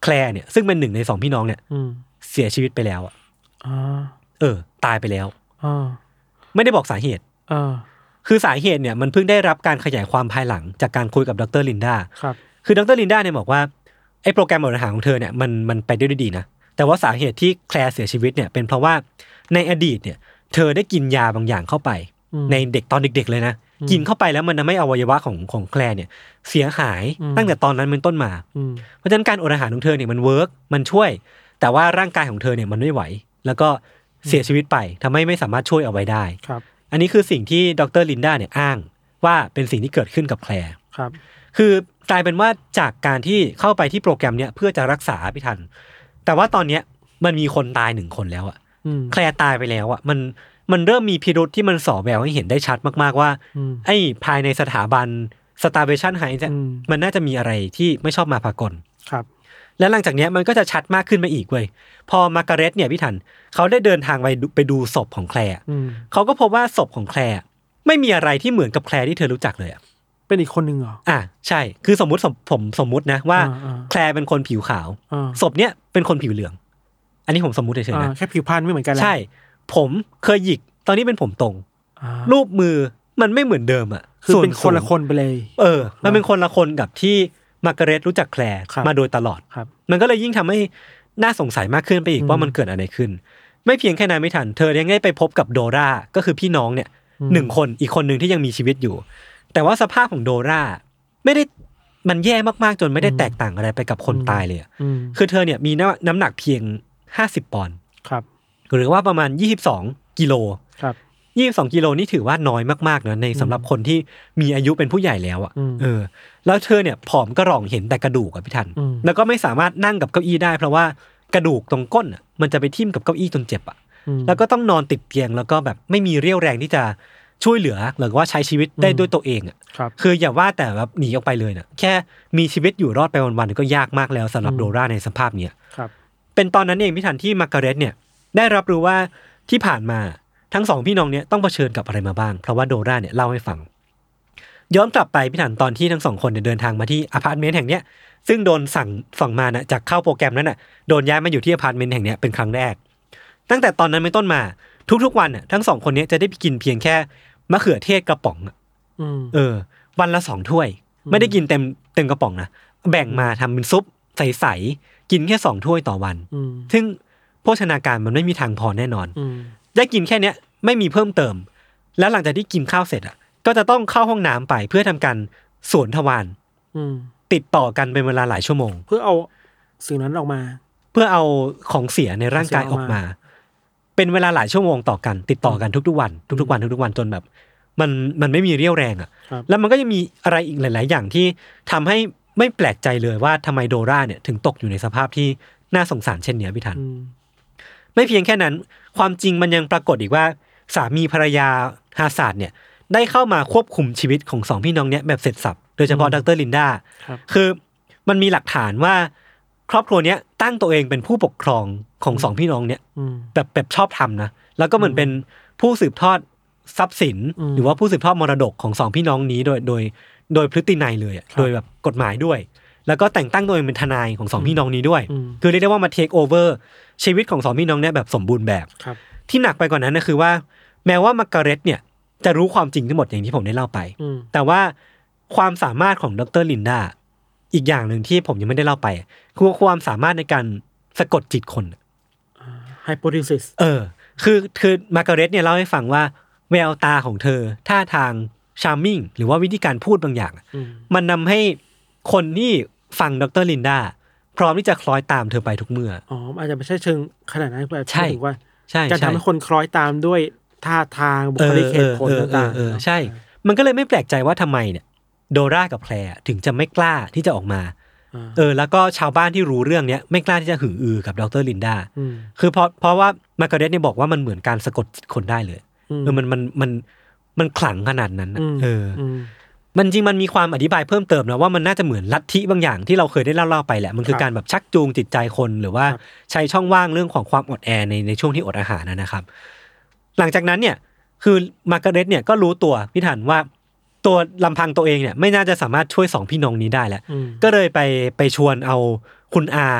แคลร์เนี่ยซึ่งเป็นหนึ่งในสองพี่น้องเนี่ยเสียชีวิตไปแล้วอ่ะเออตายไปแล้วไม่ได้บอกสาเหตุคือสาเหตุเนี่ยมันเพิ่งได้รับการขยายความภายหลังจากการคุยกับดร.ลินดาคือดร.ลินดาเนี่ยบอกว่าไอ้โปรแกรมอดอาหารของเธอเนี่ยมันมันไปได้ด้วยดีนะแต่ว่าสาเหตุที่แคลร์เสียชีวิตเนี่ยเป็นเพราะว่าในอดีตเนี่ยเธอได้กินยาบางอย่างเข้าไปในเด็กตอนเด็กๆเลยนะกินเข้าไปแล้วมันทำให้อวัยวะของของแคลร์เนี่ยเสียหายตั้งแต่ตอนนั้นเป็นต้นมาเพราะฉะนั้นการอดอาหารของเธอเนี่ยมันเวิร์กมันช่วยแต่ว่าร่างกายของเธอเนี่ยมันไม่ไหวแล้วก็เสียชีวิตไปทำให้ไม่สามารถช่วยเอาไว้ได้อันนี้คือสิ่งที่ดร.ลินดาเนี่ยอ้างว่าเป็นสิ่งที่เกิดขึ้นกับแคลร์คือกลายเป็นว่าจากการที่เข้าไปที่โปรแกรมเนี้ยเพื่อจะรักษาพี่ทันแต่ว่าตอนเนี้ยมันมีคนตายหนึ่งคนแล้วอ่ะแคลร์ตายไปแล้วอ่ะมันมันเริ่มมีพิรุธที่มันส่อแววให้เห็นได้ชัดมากๆว่าไอ้ภายในสถาบัน Starvation High เนี่ยมันน่าจะมีอะไรที่ไม่ชอบมาพากลครับแล้วหลังจากนี้มันก็จะชัดมากขึ้นมาอีกเว้ยพอมาร์การ์เร็ตเนี่ยพี่ทันเขาได้เดินทางไปไปดูศพของแคลร์เขาก็พบว่าศพของแคลร์ไม่มีอะไรที่เหมือนกับแคลร์ที่เธอรู้จักเลยอ่ะเป็นอีกคนนึงเหรออ่ะใช่คือสมมุติผมสมมุตินะว่าแคลร์เป็นคนผิวขาวศพเนี้ยเป็นคนผิวเหลืองอันนี้ผมสมมุติเฉยๆนะแค่ผิวพรรณไม่เหมือนกันใช่ผมเคยหยิกตอนนี้เป็นผมตรงรูปมือมันไม่เหมือนเดิมอ่ะคือเป็นคนละคนไปเลยเออมันเป็นคนละคนกับที่มาร์การ์เร็ตรู้จักแคลร์มาโดยตลอดมันก็เลยยิ่งทำให้น่าสงสัยมากขึ้นไปอีกว่ามันเกิดอะไรขึ้นไม่เพียงแค่นั้นไม่ทันเธอยังได้ไปพบกับโดราก็คือพี่น้องเนี่ยหนึ่งคนอีกคนหนึ่งที่ยังมีชีวิตอยู่แต่ว่าสภาพของโดราไม่ได้มันแย่มากๆจนไม่ได้แตกต่างอะไรไปกับคนตายเลยคือเธอเนี่ยมีน้ำหนักเพียงห้าสิบปอนด์หรือว่าประมาณยี่สิบสองกิโลยี่สิบสองกิโลนี่ถือว่าน้อยมากๆนะในสำหรับคนที่มีอายุเป็นผู้ใหญ่แล้วอ่ะเออแล้วเธอเนี่ยผอมกระหร่องเห็นแต่กระดูกอ่ะพี่ทันแล้วก็ไม่สามารถนั่งกับเก้าอี้ได้เพราะว่ากระดูกตรงก้นอ่ะมันจะไปทิ่มกับเก้าอี้จนเจ็บอ่ะแล้วก็ต้องนอนติดเตียงแล้วก็แบบไม่มีเรี่ยวแรงที่จะช่วยเหลือหรือว่าใช้ชีวิตได้ด้วยตัวเองอ่ะคืออย่าว่าแต่แบบหนีออกไปเลยนะแค่มีชีวิตอยู่รอดไปวันๆก็ยากมากแล้วสำหรับโดราในสภาพเนี้ยเป็นตอนนั้นเองพี่ทันที่มาร์การ์เร็ตเนี่ยได้รับรู้ว่าที่ผ่านมาทั้งสองพี่น้องเนี่ยต้องเผชิญกับอะไรมาบ้างเพราะว่าโดราเนี่ยเล่าให้ฟังย้อนกลับไปพี่ทันตอนที่ทั้งสองคนเนี่ยเดินทางมาที่อพาร์ตเมนต์แห่งเนี้ยซึ่งโดนสั่งสั่งมานะจากเข้าโปรแกรมนั้นน่ะโดนย้ายมาอยู่ที่อพาร์ตเมนต์แห่งเนี้ยเป็นครั้งแรกตั้งแต่ตอนนั้นเป็นต้นมาทุกๆวันน่ะทั้งสองคนนี้จะได้ไปกินเพียงแค่มะเขือเทศกระป๋องอ่ะเออวันละสองถ้วยไม่ได้กินเต็มเต็มกระป๋องนะแบ่งมาทำเป็นซุปใสๆกินแค่สองถ้วยต่อวันซึ่งโภชนาการมันไม่มีทางพอแน่นอนได้กินแค่เนี้ยไม่มีเพิ่มเติมแล้วหลังจากที่กินข้าวเสร็จอ่ะก็จะต้องเข้าห้องน้ำไปเพื่อทำการสวนทวารติดต่อกันเป็นเวลาหลายชั่วโมงเพื่อเอาสิ่งนั้นออกมาเพื่อเอาของเสียในร่างกายออกมาเป็นเวลาหลายชั่วโมงต่อกันติดต่อกันทุกๆวันทุกๆวันทุกๆวันจนแบบมันมันไม่มีเรี่ยวแรงอ่ะแล้วมันก็ยังมีอะไรอีกหลายๆอย่างที่ทำให้ไม่แปลกใจเลยว่าทำไมโดราเนี่ยถึงตกอยู่ในสภาพที่น่าสงสารเช่นนี้พี่ทันไม่เพียงแค่นั้นความจริงมันยังปรากฏอีกว่าสามีภรรยาฮาซาร์ดเนี่ยได้เข้ามาควบคุมชีวิตของสองพี่น้องเนี้ยแบบเสร็จสรรพโดยเฉพาะดร.ลินดาคือมันมีหลักฐานว่าครอบครัวเนี้ยตั้งตัวเองเป็นผู้ปกครองของสองพี่น้องเนี้ยแบบแบบชอบทำนะแล้วก็เหมือนเป็นผู้สืบทอดทรัพย์สินหรือว่าผู้สืบทอดมรดกของสองพี่น้องนี้โดยโดยโดยพฤตินัยเลยโดยแบบกฎหมายด้วยแล้วก็แต่งตั้งตัวเองเป็นทนายของสองพี่น้องนี้ด้วยคือเรียกได้ว่ามาเทคโอเวอร์ชีวิตของสองพี่น้องเนี้ยแบบสมบูรณ์แบบที่หนักไปกว่านั้นนะคือว่าแม้ว่ามาร์การ์เร็ตเนี่ยจะรู้ความจริงทั้งหมดอย่างที่ผมได้เล่าไปแต่ว่าความสามารถของดร.ลินดาอีกอย่างหนึ่งที่ผมยังไม่ได้เล่าไปคือความสามารถในการสะกดจิตคนไฮโปทีซิสเออคือคือมาร์การ์เร็ตเนี่ยเล่าให้ฟังว่าแววตาของเธอท่าทางชาร์มมิ่งหรือว่าวิธีการพูดบางอย่างมันนำให้คนที่ฟังดร.ลินดาพร้อมที่จะคล้อยตามเธอไปทุกเมื่ออ๋ออาจจะไม่ใช่เชิงขนาดนั้นแต่ถือว่าใช่การทำให้คนคล้อยตามด้วยท่าทางบุคลิกเหตุผลต่างๆใช่มันก็เลยไม่แปลกใจว่าทำไมเนี่ยโดรากับแคลร์ถึงจะไม่กล้าที่จะออกมาเออแล้วก็ชาวบ้านที่รู้เรื่องเนี้ยไม่กล้าที่จะหืออือกับดร.ลินดาคือเพราะเพราะว่ามาร์การ์เร็ตเนี่ยบอกว่ามันเหมือนการสะกดคนได้เลยเออมันมันมันมันขลังขนาดนั้นเออมันจริงมันมีความอธิบายเพิ่มเติมนะว่ามันน่าจะเหมือนลัทธิบางอย่างที่เราเคยได้เล่าๆไปแหละมันคือการแบบชักจูงจิตใจคนหรือว่าใช้ช่องว่างเรื่องของความอดแอในในช่วงที่อดอาหารนะครับหลังจากนั้นเนี่ยคือมาร์การ์เร็ตเนี่ยก็รู้ตัวพี่ทันว่าตัวลำพังตัวเองเนี่ยไม่น่าจะสามารถช่วยสองพี่น้องนี้ได้แล้วก็เลยไปไปชวนเอาคุณอา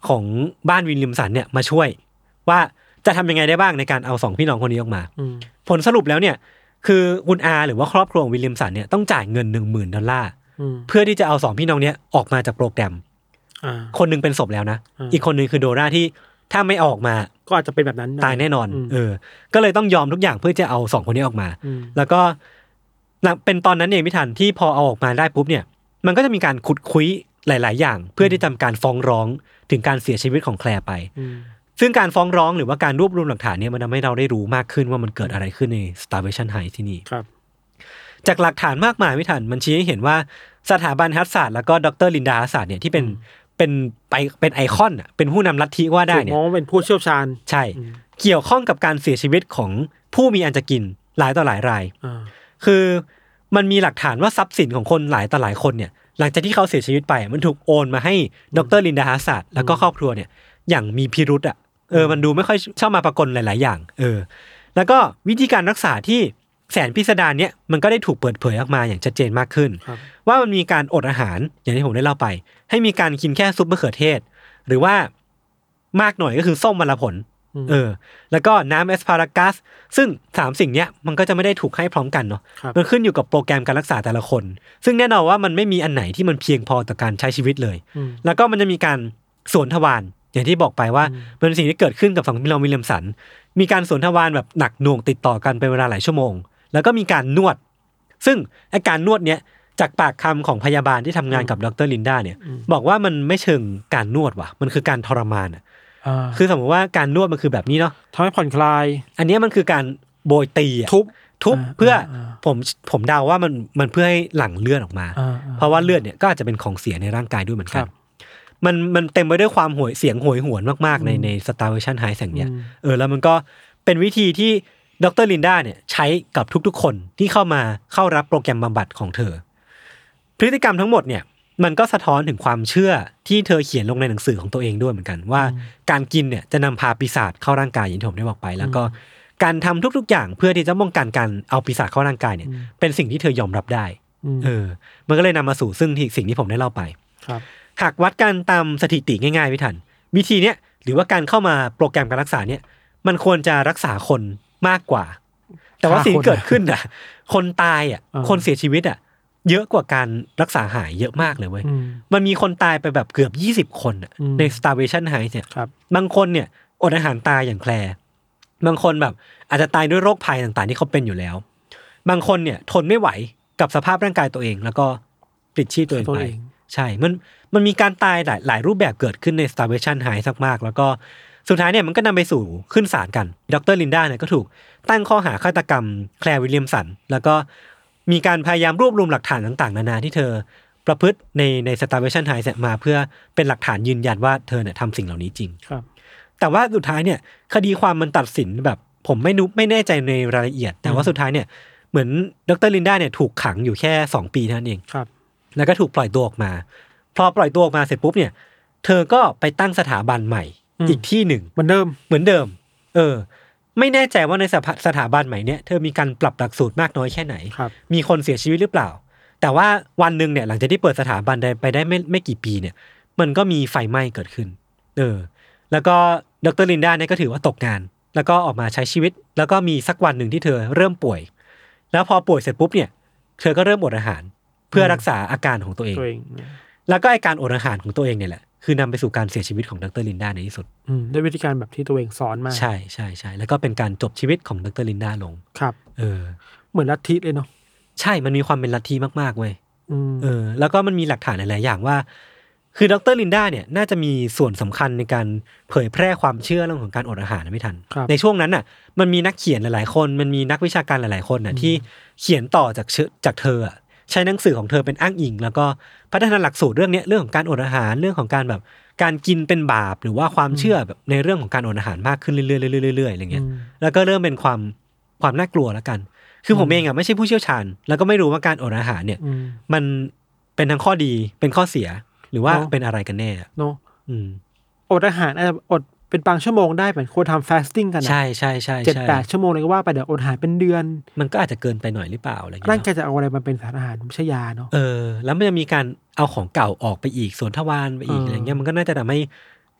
ของบ้านวิลเลียมสันเนี่ยมาช่วยว่าจะทำยังไงได้บ้างในการเอาสองพี่น้องคนนี้ออกมาผลสรุปแล้วเนี่ยคือคุณอาหรือว่าครอบครัวของวิลเลียมสันเนี่ยต้องจ่ายเงิน หนึ่งหมื่น ดอลลาร์เพื่อที่จะเอาสองพี่น้องเนี้ยออกมาจากโปรแกรมคนนึงเป็นศพแล้วนะอีกคนนึงคือโดราที่ถ้าไม่ออกมาก็อาจจะเป็นแบบนั้นตายแน่นอนเออก็เลยต้องยอมทุกอย่างเพื่อจะเอาสองคนนี้ออกมาแล้วก็เป็นตอนนั้นเองพี่ทันที่พอเอาออกมาได้ปุ๊บเนี่ยมันก็จะมีการขุดคุยหลายๆอย่างเพื่อที่จะทำการฟ้องร้องถึงการเสียชีวิตของแคลร์ไปซึ่งการฟ้องร้องหรือว่าการรวบรวมหลักฐานเนี่ยมันทำให้เราได้รู้มากขึ้นว่ามันเกิดอะไรขึ้นใน Starvation High ที่นี่จากหลักฐานมากมายพี่ทันมันชี้ให้เห็นว่าสถาบันฮัสซาร์ดแล้วก็ดร.ลินดาฮัสซาร์ดเนี่ยที่เป็นเป็นไปเป็นไอคอนอ่ะเป็นผู้นำลัทธิว่าได้เนี่ยมองเป็นผู้เชี่ยวชาญใช่เกี่ยวข้องกับการเสียชีวิตของผู้มีอันจะกินหลายต่อหลายรายคือมันมีหลักฐานว่าทรัพย์สินของคนหลายต่อหลายคนเนี่ยหลังจากที่เขาเสียชีวิตไปมันถูกโอนมาให้ดร.ลินดาฮัสซาร์ดแล้วก็ครอบครัวเนี่ยอย่างมีพิรุธอ่ะเออมันดูไม่ค่อยชอบมาปรากฏหลายๆอย่างเออแล้วก็วิธีการรักษาที่แสนพิสดารเนี่ยมันก็ได้ถูกเปิดเผยออกมาอย่างชัดเจนมากขึ้นว่ามันมีการอดอาหารอย่างที่ผมได้เล่าไปให้มีการกินแค่ซุปมะเขือเทศหรือว่ามากหน่อยก็คือส้มมะละผลเออแล้วก็น้ำแอสพารากัสซึ่งสามสิ่งเนี้ยมันก็จะไม่ได้ถูกให้พร้อมกันเนาะมันขึ้นอยู่กับโปรแกรมการรักษาแต่ละคนซึ่งแน่นอนว่ามันไม่มีอันไหนที่มันเพียงพอต่อการใช้ชีวิตเลยแล้วก็มันจะมีการสวนทวารอย่างที่บอกไปว่ามันเป็นสิ่งที่เกิดขึ้นกับฝั่งพี่น้องวิลเลียมสันมีการสวนทวารแบบหนักหน่วงติดต่อกันเป็นเวลาหลายชั่วโมงแล้วก็มีการนวดซึ่งอาการนวดเนี้ยจากปากคำของพยาบาลที่ทำงานกับดร.ลินดาเนี่ยบอกว่ามันไม่เชิงการนวดว่ะมันคือการทรมานอ่ะคือสมมติว่าการนวดมันคือแบบนี้เนาะทำให้ผ่อนคลายอันนี้มันคือการโบยตีอ่ะทุบทุบเพื่อผมผมเดาว่ามันมันเพื่อให้หลั่งเลือดออกมาเพราะว่าเลือดเนี่ยก็อาจจะเป็นของเสียในร่างกายด้วยเหมือนกันมันมันเต็มไปด้วยความโหยเสียงโหยหวนมากๆในใน Starvation High แห่งเนี้ยเออแล้วมันก็เป็นวิธีที่ดร.ลินดาเนี่ยใช้กับทุกๆคนที่เข้ามาเข้ารับโปรแกรมบำบัดของเธอพฤติกรรมทั้งหมดเนี่ยมันก็สะท้อนถึงความเชื่อที่เธอเขียนลงในหนังสือของตัวเองด้วยเหมือนกันว่าการกินเนี่ยจะนำพาปีศาจเข้าร่างกายอย่างที่ผมได้บอกไปแล้วก็การทำทุกๆอย่างเพื่อที่จะป้องกันการเอาปีศาจเข้าร่างกายเนี่ยเป็นสิ่งที่เธอยอมรับได้เออมันก็เลยนำมาสู่ซึ่งสิ่งที่ผมได้เล่าไปหากวัดกันตามสถิติง่ายๆพี่ทันวิธีเนี้ยหรือว่าการเข้ามาโปรแกรมการรักษาเนี่ยมันควรจะรักษาคนมากกว่าแต่ว่าสิ่งที่เกิดขึ้นอ่ะคนตายอ่ะคนเสียชีวิตอ่ะเยอะกว่าการรักษาหายเยอะมากเลยเว้ยมันมีคนตายไปแบบเกือบยี่สิบคนอ่ะใน Starvation High เนี่ยบางคนเนี่ยอดอาหารตายอย่างแคลร์บางคนแบบอาจจะตายด้วยโรคภัยต่างๆที่เขาเป็นอยู่แล้วบางคนเนี่ยทนไม่ไหวกับสภาพร่างกายตัวเองแล้วก็ปลิดชีพตัวเองไปใช่มันมันมีการตายหลายหลายรูปแบบเกิดขึ้นใน Starvation High สักมากแล้วก็สุดท้ายเนี่ยมันก็นำไปสู่ขึ้นศาลกันดร.ลินดาเนี่ยก็ถูกตั้งข้อหาฆาตกรรมแคลร์วิลเลียมสันแล้วก็มีการพยายามรวบรวมหลักฐานต่างๆนานาที่เธอประพฤติในใน Starvation High มาเพื่อเป็นหลักฐานยืนยันว่าเธอเนี่ยทำสิ่งเหล่านี้จริงครับแต่ว่าสุดท้ายเนี่ยคดีความมันตัดสินแบบผมไม่รู้ไม่แน่ใจในรายละเอียดแต่ว่าสุดท้ายเนี่ยเหมือนดร.ลินดาเนี่ยถูกขังอยู่แค่สองปีเท่านั้นเองครับแล้วก็ถูกปล่อยตัวออกมาพอปล่อยตัวออกมาเสร็จปุ๊บเนี่ยเธอก็ไปตั้งสถาบันใหม่อีกที่หนึ่งเหมือนเดิมเหมือนเดิมเออไม่แน่ใจว่าในสถาบันใหม่เนี่ยเธอมีการปรับหลักสูตรมากน้อยแค่ไหนมีคนเสียชีวิตหรือเปล่าแต่ว่าวันนึงเนี่ยหลังจากที่เปิดสถาบันได้ไปได้ไม่ไม่กี่ปีเนี่ยมันก็มีไฟไหม้เกิดขึ้นเออแล้วก็ดร.ลินดาเนี่ยก็ถือว่าตกงานแล้วก็ออกมาใช้ชีวิตแล้วก็มีสักวันหนึ่งที่เธอเริ่มป่วยแล้วพอป่วยเสร็จปุ๊บเนี่ยเธอก็เริ่มอดอาหารเพื่อรักษาอาการของตัวเองแล้วก็ไอการอดอาหารของตัวเองเนี่ยแหละคือนำไปสู่การเสียชีวิตของดร.ลินดาในที่สุดด้วยวิธีการแบบที่ตัวเองสอนมาใช่ใช่ใช่แล้วก็เป็นการจบชีวิตของดร.ลินดาลงครับเออเหมือนลัทธิเลยเนาะใช่มันมีความเป็นลัทธิมากๆเว้ยเออแล้วก็มันมีหลักฐานหลายๆอย่างว่าคือดร.ลินดาเนี่ยน่าจะมีส่วนสำคัญในการเผยแพร่ความเชื่อเรื่องของการอดอาหารไม่ทันในช่วงนั้นน่ะมันมีนักเขียนหลายๆคนมันมีนักวิชาการหลายๆคนน่ะที่เขียนต่อจากจากเธออ่ะใช้หนังสือของเธอเป็นอ้างอิงแล้วก็พัฒนาหลักสูตรเรื่องนี้เรื่องของการอดอาหารเรื่องของการแบบการกินเป็นบาปหรือว่าความเชื่อแบบในเรื่องของการอดอาหารมากขึ้นเรื่อยๆเรื่อยๆอะไรเงี้ยแล้วก็เริ่มเป็นความความน่ากลัวแล้วกันคือผมเองอ่ะไม่ใช่ผู้เชี่ยวชาญแล้วก็ไม่รู้ว่าการอดอาหารเนี่ยมันเป็นทั้งข้อดีเป็นข้อเสียหรือว่าเป็นอะไรกันแน่เนาะอดอาหารอาจจะอดเป็นบางชั่วโมงได้เหมือนควรทำ fasting กันนะใช่ใช่ใช่เจ็ดแปดชั่วโมงเลยก็ว่าไปเดี๋ยวอดอาหารเป็นเดือนมันก็อาจจะเกินไปหน่อยหรือเปล่าอะไรเงี้ยร่างกายจะเอาอะไรมาเป็นสารอาหารไม่ใช่ยาเนาะเออแล้วมันจะมีการเอาของเก่าออกไปอีกส่วนทวารไปอีกอะไรเงี้ยมันก็น่าจะทำให้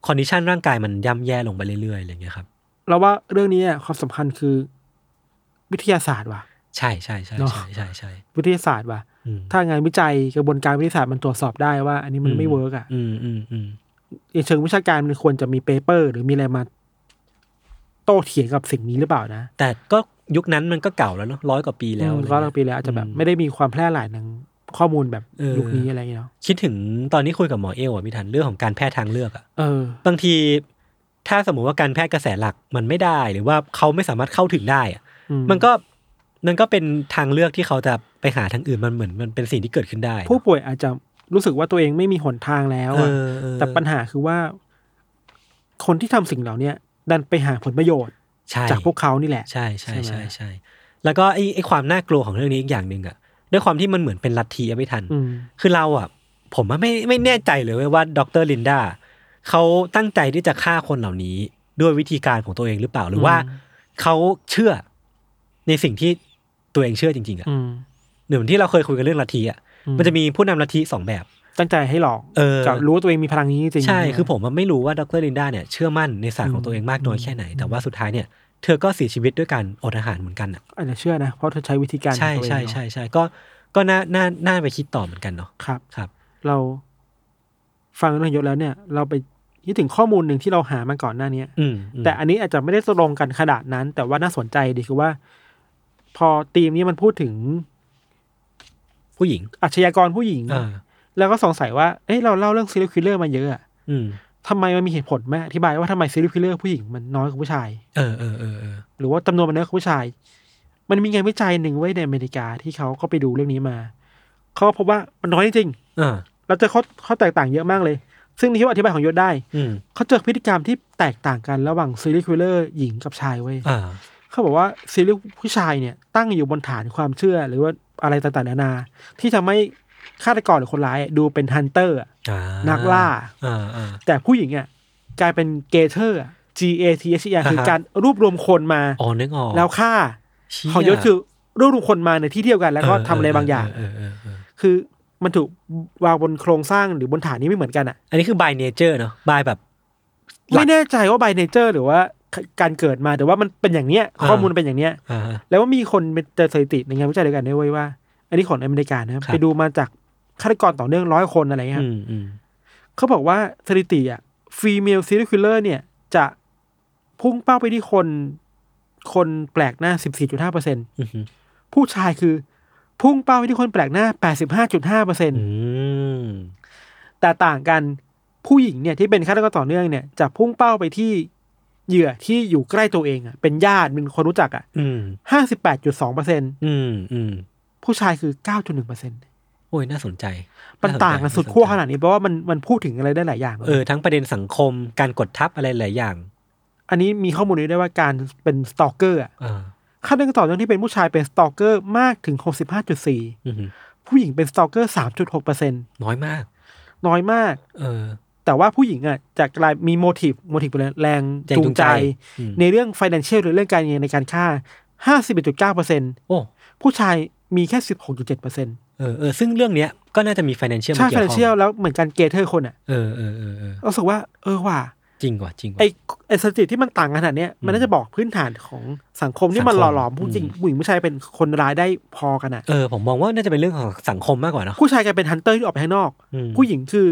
คอนดิชันร่างกายมันย่ำแย่ลงไปเรื่อยๆอะไรเงี้ยครับเราว่าเรื่องนี้ความสำคัญคือวิทยาศาสตร์ว่ะใช่ใช่ใช่ใช่ใช่ใช่วิทยาศาสตร์ว่ะถ้างานวิจัยกระบวนการวิทยาศาสตร์มันตรวจสอบได้ว่าอันนี้มันไม่เวิร์กอ่ะอืมอืมอืมในเชิงวิชาการมันควรจะมีเปเปอร์หรือมีอะไรมาโต้เถียงกับสิ่งนี้หรือเปล่านะแต่ก็ยุคนั้นมันก็เก่าแล้วเนาะร้อยกว่าปีแล้วร้อยกว่าปีแล้วอาจจะแบบไม่ได้มีความแพร่หลายทางข้อมูลแบบยุคนี้อะไรอย่างเงี้ยคิดถึงตอนนี้คุยกับหมอเอลอ่ะพี่ทันเรื่องของการแพทย์ทางเลือกอ่ะเออบางทีถ้าสมมุติว่าการแพทย์กระแสหลักมันไม่ได้หรือว่าเขาไม่สามารถเข้าถึงได้อ่ะมันก็มันก็เป็นทางเลือกที่เขาจะไปหาทางอื่นมันเหมือนมันเป็นสิ่งที่เกิดขึ้นได้ผู้ป่วยอาจจะรู้สึกว่าตัวเองไม่มีหนทางแล้วอ่ะแต่ปัญหาคือว่าคนที่ทำสิ่งเหล่านี้ดันไปหาผลประโยชน์จากพวกเขานี่แหละใช่ใช่ใช่ใช่แล้วก็ไอ้ไอ้ความน่ากลัวของเรื่องนี้อีกอย่างนึงอ่ะด้วยความที่มันเหมือนเป็นลัทธิอ่ะไม่ทันคือเราอ่ะผมว่าไม่ไม่แน่ใจเลยว่าดร.ลินดาเขาตั้งใจที่จะฆ่าคนเหล่านี้ด้วยวิธีการของตัวเองหรือเปล่าหรือว่าเขาเชื่อในสิ่งที่ตัวเองเชื่อจริงๆอ่ะเหมือนที่เราเคยคุยกันเรื่องลัทธิอ่ะมันจะมีผู้นำลัทธิสองแบบตั้งใจให้หลอกกับรู้ว่าตัวเองมีพลังนี้จริงใช่คือผมไม่รู้ว่าดร.ลินดาเนี่ยเชื่อมั่นในศาสตร์ของตัวเองมากน้อยแค่ไหนแต่ว่าสุดท้ายเนี่ยเธอก็เสียชีวิตด้วยการอดอาหารเหมือนกันอ่ะอาจจะเชื่อนะเพราะเธอใช้วิธีการใช่ใช่ใช่ใช่ก็ก็น่าน่าน่าไปคิดต่อเหมือนกันเนาะครับครับเราฟังเรื่องยศแล้วเนี่ยเราไปคิดถึงข้อมูลหนึ่งที่เราหามาก่อนหน้านี้แต่อันนี้อาจจะไม่ได้ตรงกันขนาดนั้นแต่ว่าน่าสนใจดีคือว่าพอธีมนี้มันพูดถึงผู้หญิงอาชญากรผู้หญิงแล้วก็สงสัยว่าเอ้ยเราเล่าเรื่องซีรีส์คิลเลอร์มาเยอะอ่ะทำไมมันมีเหตุผลไหมอธิบายว่าทำไมซีรีส์คิลเลอร์ผู้หญิงมันน้อยกว่าผู้ชายเออเออเออเออหรือว่าจำนวนมันน้อยกว่าผู้ชายมันมีงานวิจัยหนึ่งไว้ในอเมริกาที่เขาก็ไปดูเรื่องนี้มาเขาพบว่ามันน้อยจริงๆแล้วเจอข้อข้อแตกต่างเยอะมากเลยซึ่งนี่ว่าอธิบายของยศได้เขาเจอพฤติกรรมที่แตกต่างกันระหว่างซีรีส์คิลเลอร์หญิงกับชายเว้ยเขาบอกว่าซีรีส์ผู้ชายเนี่ยตั้งอยู่บนฐานความเชื่อหรือว่าอะไรต่างๆนานาที่ทำให้ฆาตกรหรือคนร้ายดูเป็นฮันเตอร์นักล่าแต่ผู้หญิงอ่ะกลายเป็นเกเทอร์ G A T H E R คือการรวบรวมคนมาแล้วฆ่าของยศคือรวบรวมคนมาในที่เดียวกันแล้วก็ทำอะไรบางอย่างคือมันถูกวางบนโครงสร้างหรือบนฐานนี้ไม่เหมือนกันอ่ะอันนี้คือ by nature เนาะ by แบบไม่แน่ใจว่า by nature หรือว่าการเกิดมาแต่ว่ามันเป็นอย่างเนี้ยข้อมูลเป็นอย่างเนี้ยแล้วว่ามีคนเป็นเจอสถิติในงานวิจัยเดียวกันด้วยว่าอันนี้ของอเมริกานะครับไปดูมาจากฆาตกรต่อเนื่องร้อยคนอะไรเงี้ยเขาบอกว่าสถิติอ่ะ female serial killer เนี่ยจะพุ่งเป้าไปที่คนคนแปลกหน้า สิบสี่จุดห้าเปอร์เซ็นต์ ผู้ชายคือพุ่งเป้าไปที่คนแปลกหน้า แปดสิบห้าจุดห้าเปอร์เซ็นต์ แต่ต่างกันผู้หญิงเนี่ยที่เป็นฆาตกรต่อเนื่องเนี่ยจะพุ่งเป้าไปที่เหยื่อที่อยู่ใกล้ตัวเองอ่ะเป็นญาติเป็นคนรู้จักอ่ะ ห้าสิบแปดจุดสองเปอร์เซ็นต์อืมอืมผู้ชายคือ เก้าจุดหนึ่งเปอร์เซ็นต์โอ้ยน่าสนใจมันต่างกันสุดขั้วขนาดนี้เพราะว่ามันมันพูดถึงอะไรได้หลายอย่างเออทั้งประเด็นสังคมการกดทับอะไรหลายอย่างอันนี้มีข้อมูลนี้ได้ว่าการเป็นสตอกเกอร์อ่ะฆาตกรต่อเนื่องที่เป็นผู้ชายเป็นสตอกเกอร์มากถึง หกสิบห้าจุดสี่ ผู้หญิงเป็นสตอกเกอร์ สามจุดหกเปอร์เซ็นต์น้อยมากน้อยมากเออแต่ว่าผู้หญิงอ่ะจะกลายมีโมทีฟโมทีฟแรงจูงใจในเรื่อง financial หรือเรื่องการเงินในการฆ่า ห้าสิบเอ็ดจุดเก้าเปอร์เซ็นต์ โอ้ผู้ชายมีแค่ สิบหกจุดเจ็ดเปอร์เซ็นต์เออเออซึ่งเรื่องเนี้ยก็น่าจะมี financial ใช่ financial แล้วเหมือนกันเกเทอร์คนอ่ะเออเออเออเออรู้สึกว่าเออว่ะจริงว่ะจริงว่ะไอไอสถิติที่มันต่างขนาดเนี้ยมันน่าจะบอกพื้นฐานของสังคมที่มันหล่อหลอมผู้หญิงผู้หญิงผู้ชายเป็นคนร้ายได้พอกันอ่ะเออผมมองว่าน่าจะเป็นเรื่องของสังคมมากกว่าเนาะผู้ชายกลายเป็นฮันเตอร์ที่ออกไปข้างนอกผู้หญิงคือ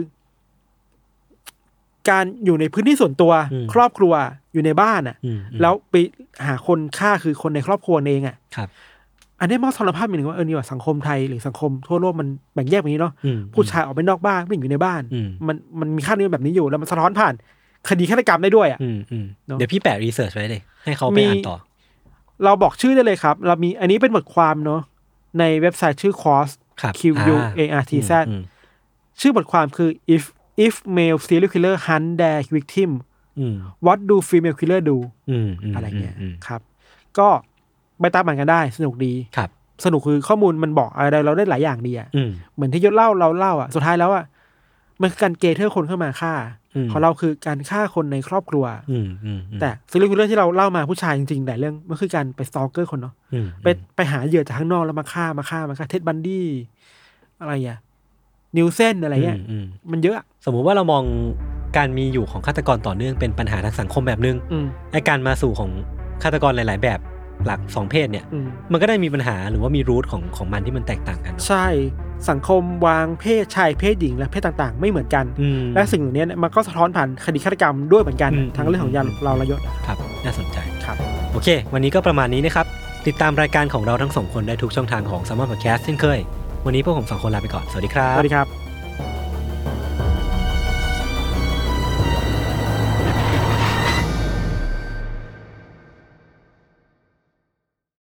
การอยู่ในพื้นที่ส่วนตัวครอบครัวอยู่ในบ้านอ่ะแล้วไปหาคนฆ่าคือคนในครอบครัวเองอ่ะครับอันนี้มองสารภาพอย่างนึงว่าเออนี่ว่าสังคมไทยหรือสังคมทั่วโลกมันแบ่งแยกแบบนี้เนาะผู้ชายออกไปนอกบ้านผู้หญิงอยู่ในบ้านมันมันมีค่านิยมแบบนี้อยู่แล้วมันสะท้อนผ่านคดีฆาตกรรมได้ด้วยอ่ะเดี๋ยวพี่แปะรีเสิร์ชไว้เลยให้เขาไปอ่านต่อเราบอกชื่อได้เลยครับเรามีอันนี้เป็นบทความเนาะในเว็บไซต์ชื่อ Quartz Q U A R T Z ชื่อบทความคือ if if male serial killer hunt their victim what do female killer do อะไรเงี้ยครับก็ไปตามอ่านกันได้สนุกดีครับสนุกคือข้อมูลมันบอกอะไรเราได้หลายอย่างดีอ่ะเหมือนที่ยศเล่าเราเล่าอ่ะสุดท้ายแล้วอ่ะมันคือการเกเทอร์คนเข้ามาฆ่าของเราคือการฆ่าคนในครอบครัวแต่ซีรีส์เรื่องที่เราเล่ามาผู้ชายจริงๆแต่เรื่องมันคือการไปสตอเกอร์คนเนาะไปไปหาเหยื่อจากข้างนอกแล้วมาฆ่ามาฆ่ามาฆ่าเท็ดบันดี้อะไรอ่ะนิวเซนอะไรเงี้ยมันเยอะสมมุติว่าเรามองการมีอยู่ของฆาตกรต่อเนื่องเป็นปัญหาทางสังคมแบบนึงไอ้การมาสู่ของฆาตกรหลายๆแบบหลักสองเพศเนี่ยมันก็ได้มีปัญหาหรือว่ามีรูทของของมันที่มันแตกต่างกันใช่สังคมวางเพศชายเพศหญิงและเพศต่างๆไม่เหมือนกันและสิ่งเหล่านี้มันก็สะท้อนผ่านคดีฆาตกรรมด้วยเหมือนกันทั้งเรื่องของยาเราระยศครับน่าสนใจครับโอเควันนี้ก็ประมาณนี้นะครับติดตามรายการของเราทั้งสองคนได้ทุกช่องทางของ Salmon Podcast เช่นเคยวันนี้พวกผมสองคนลาไปก่อนสวัสดีครับสวัสดีครับ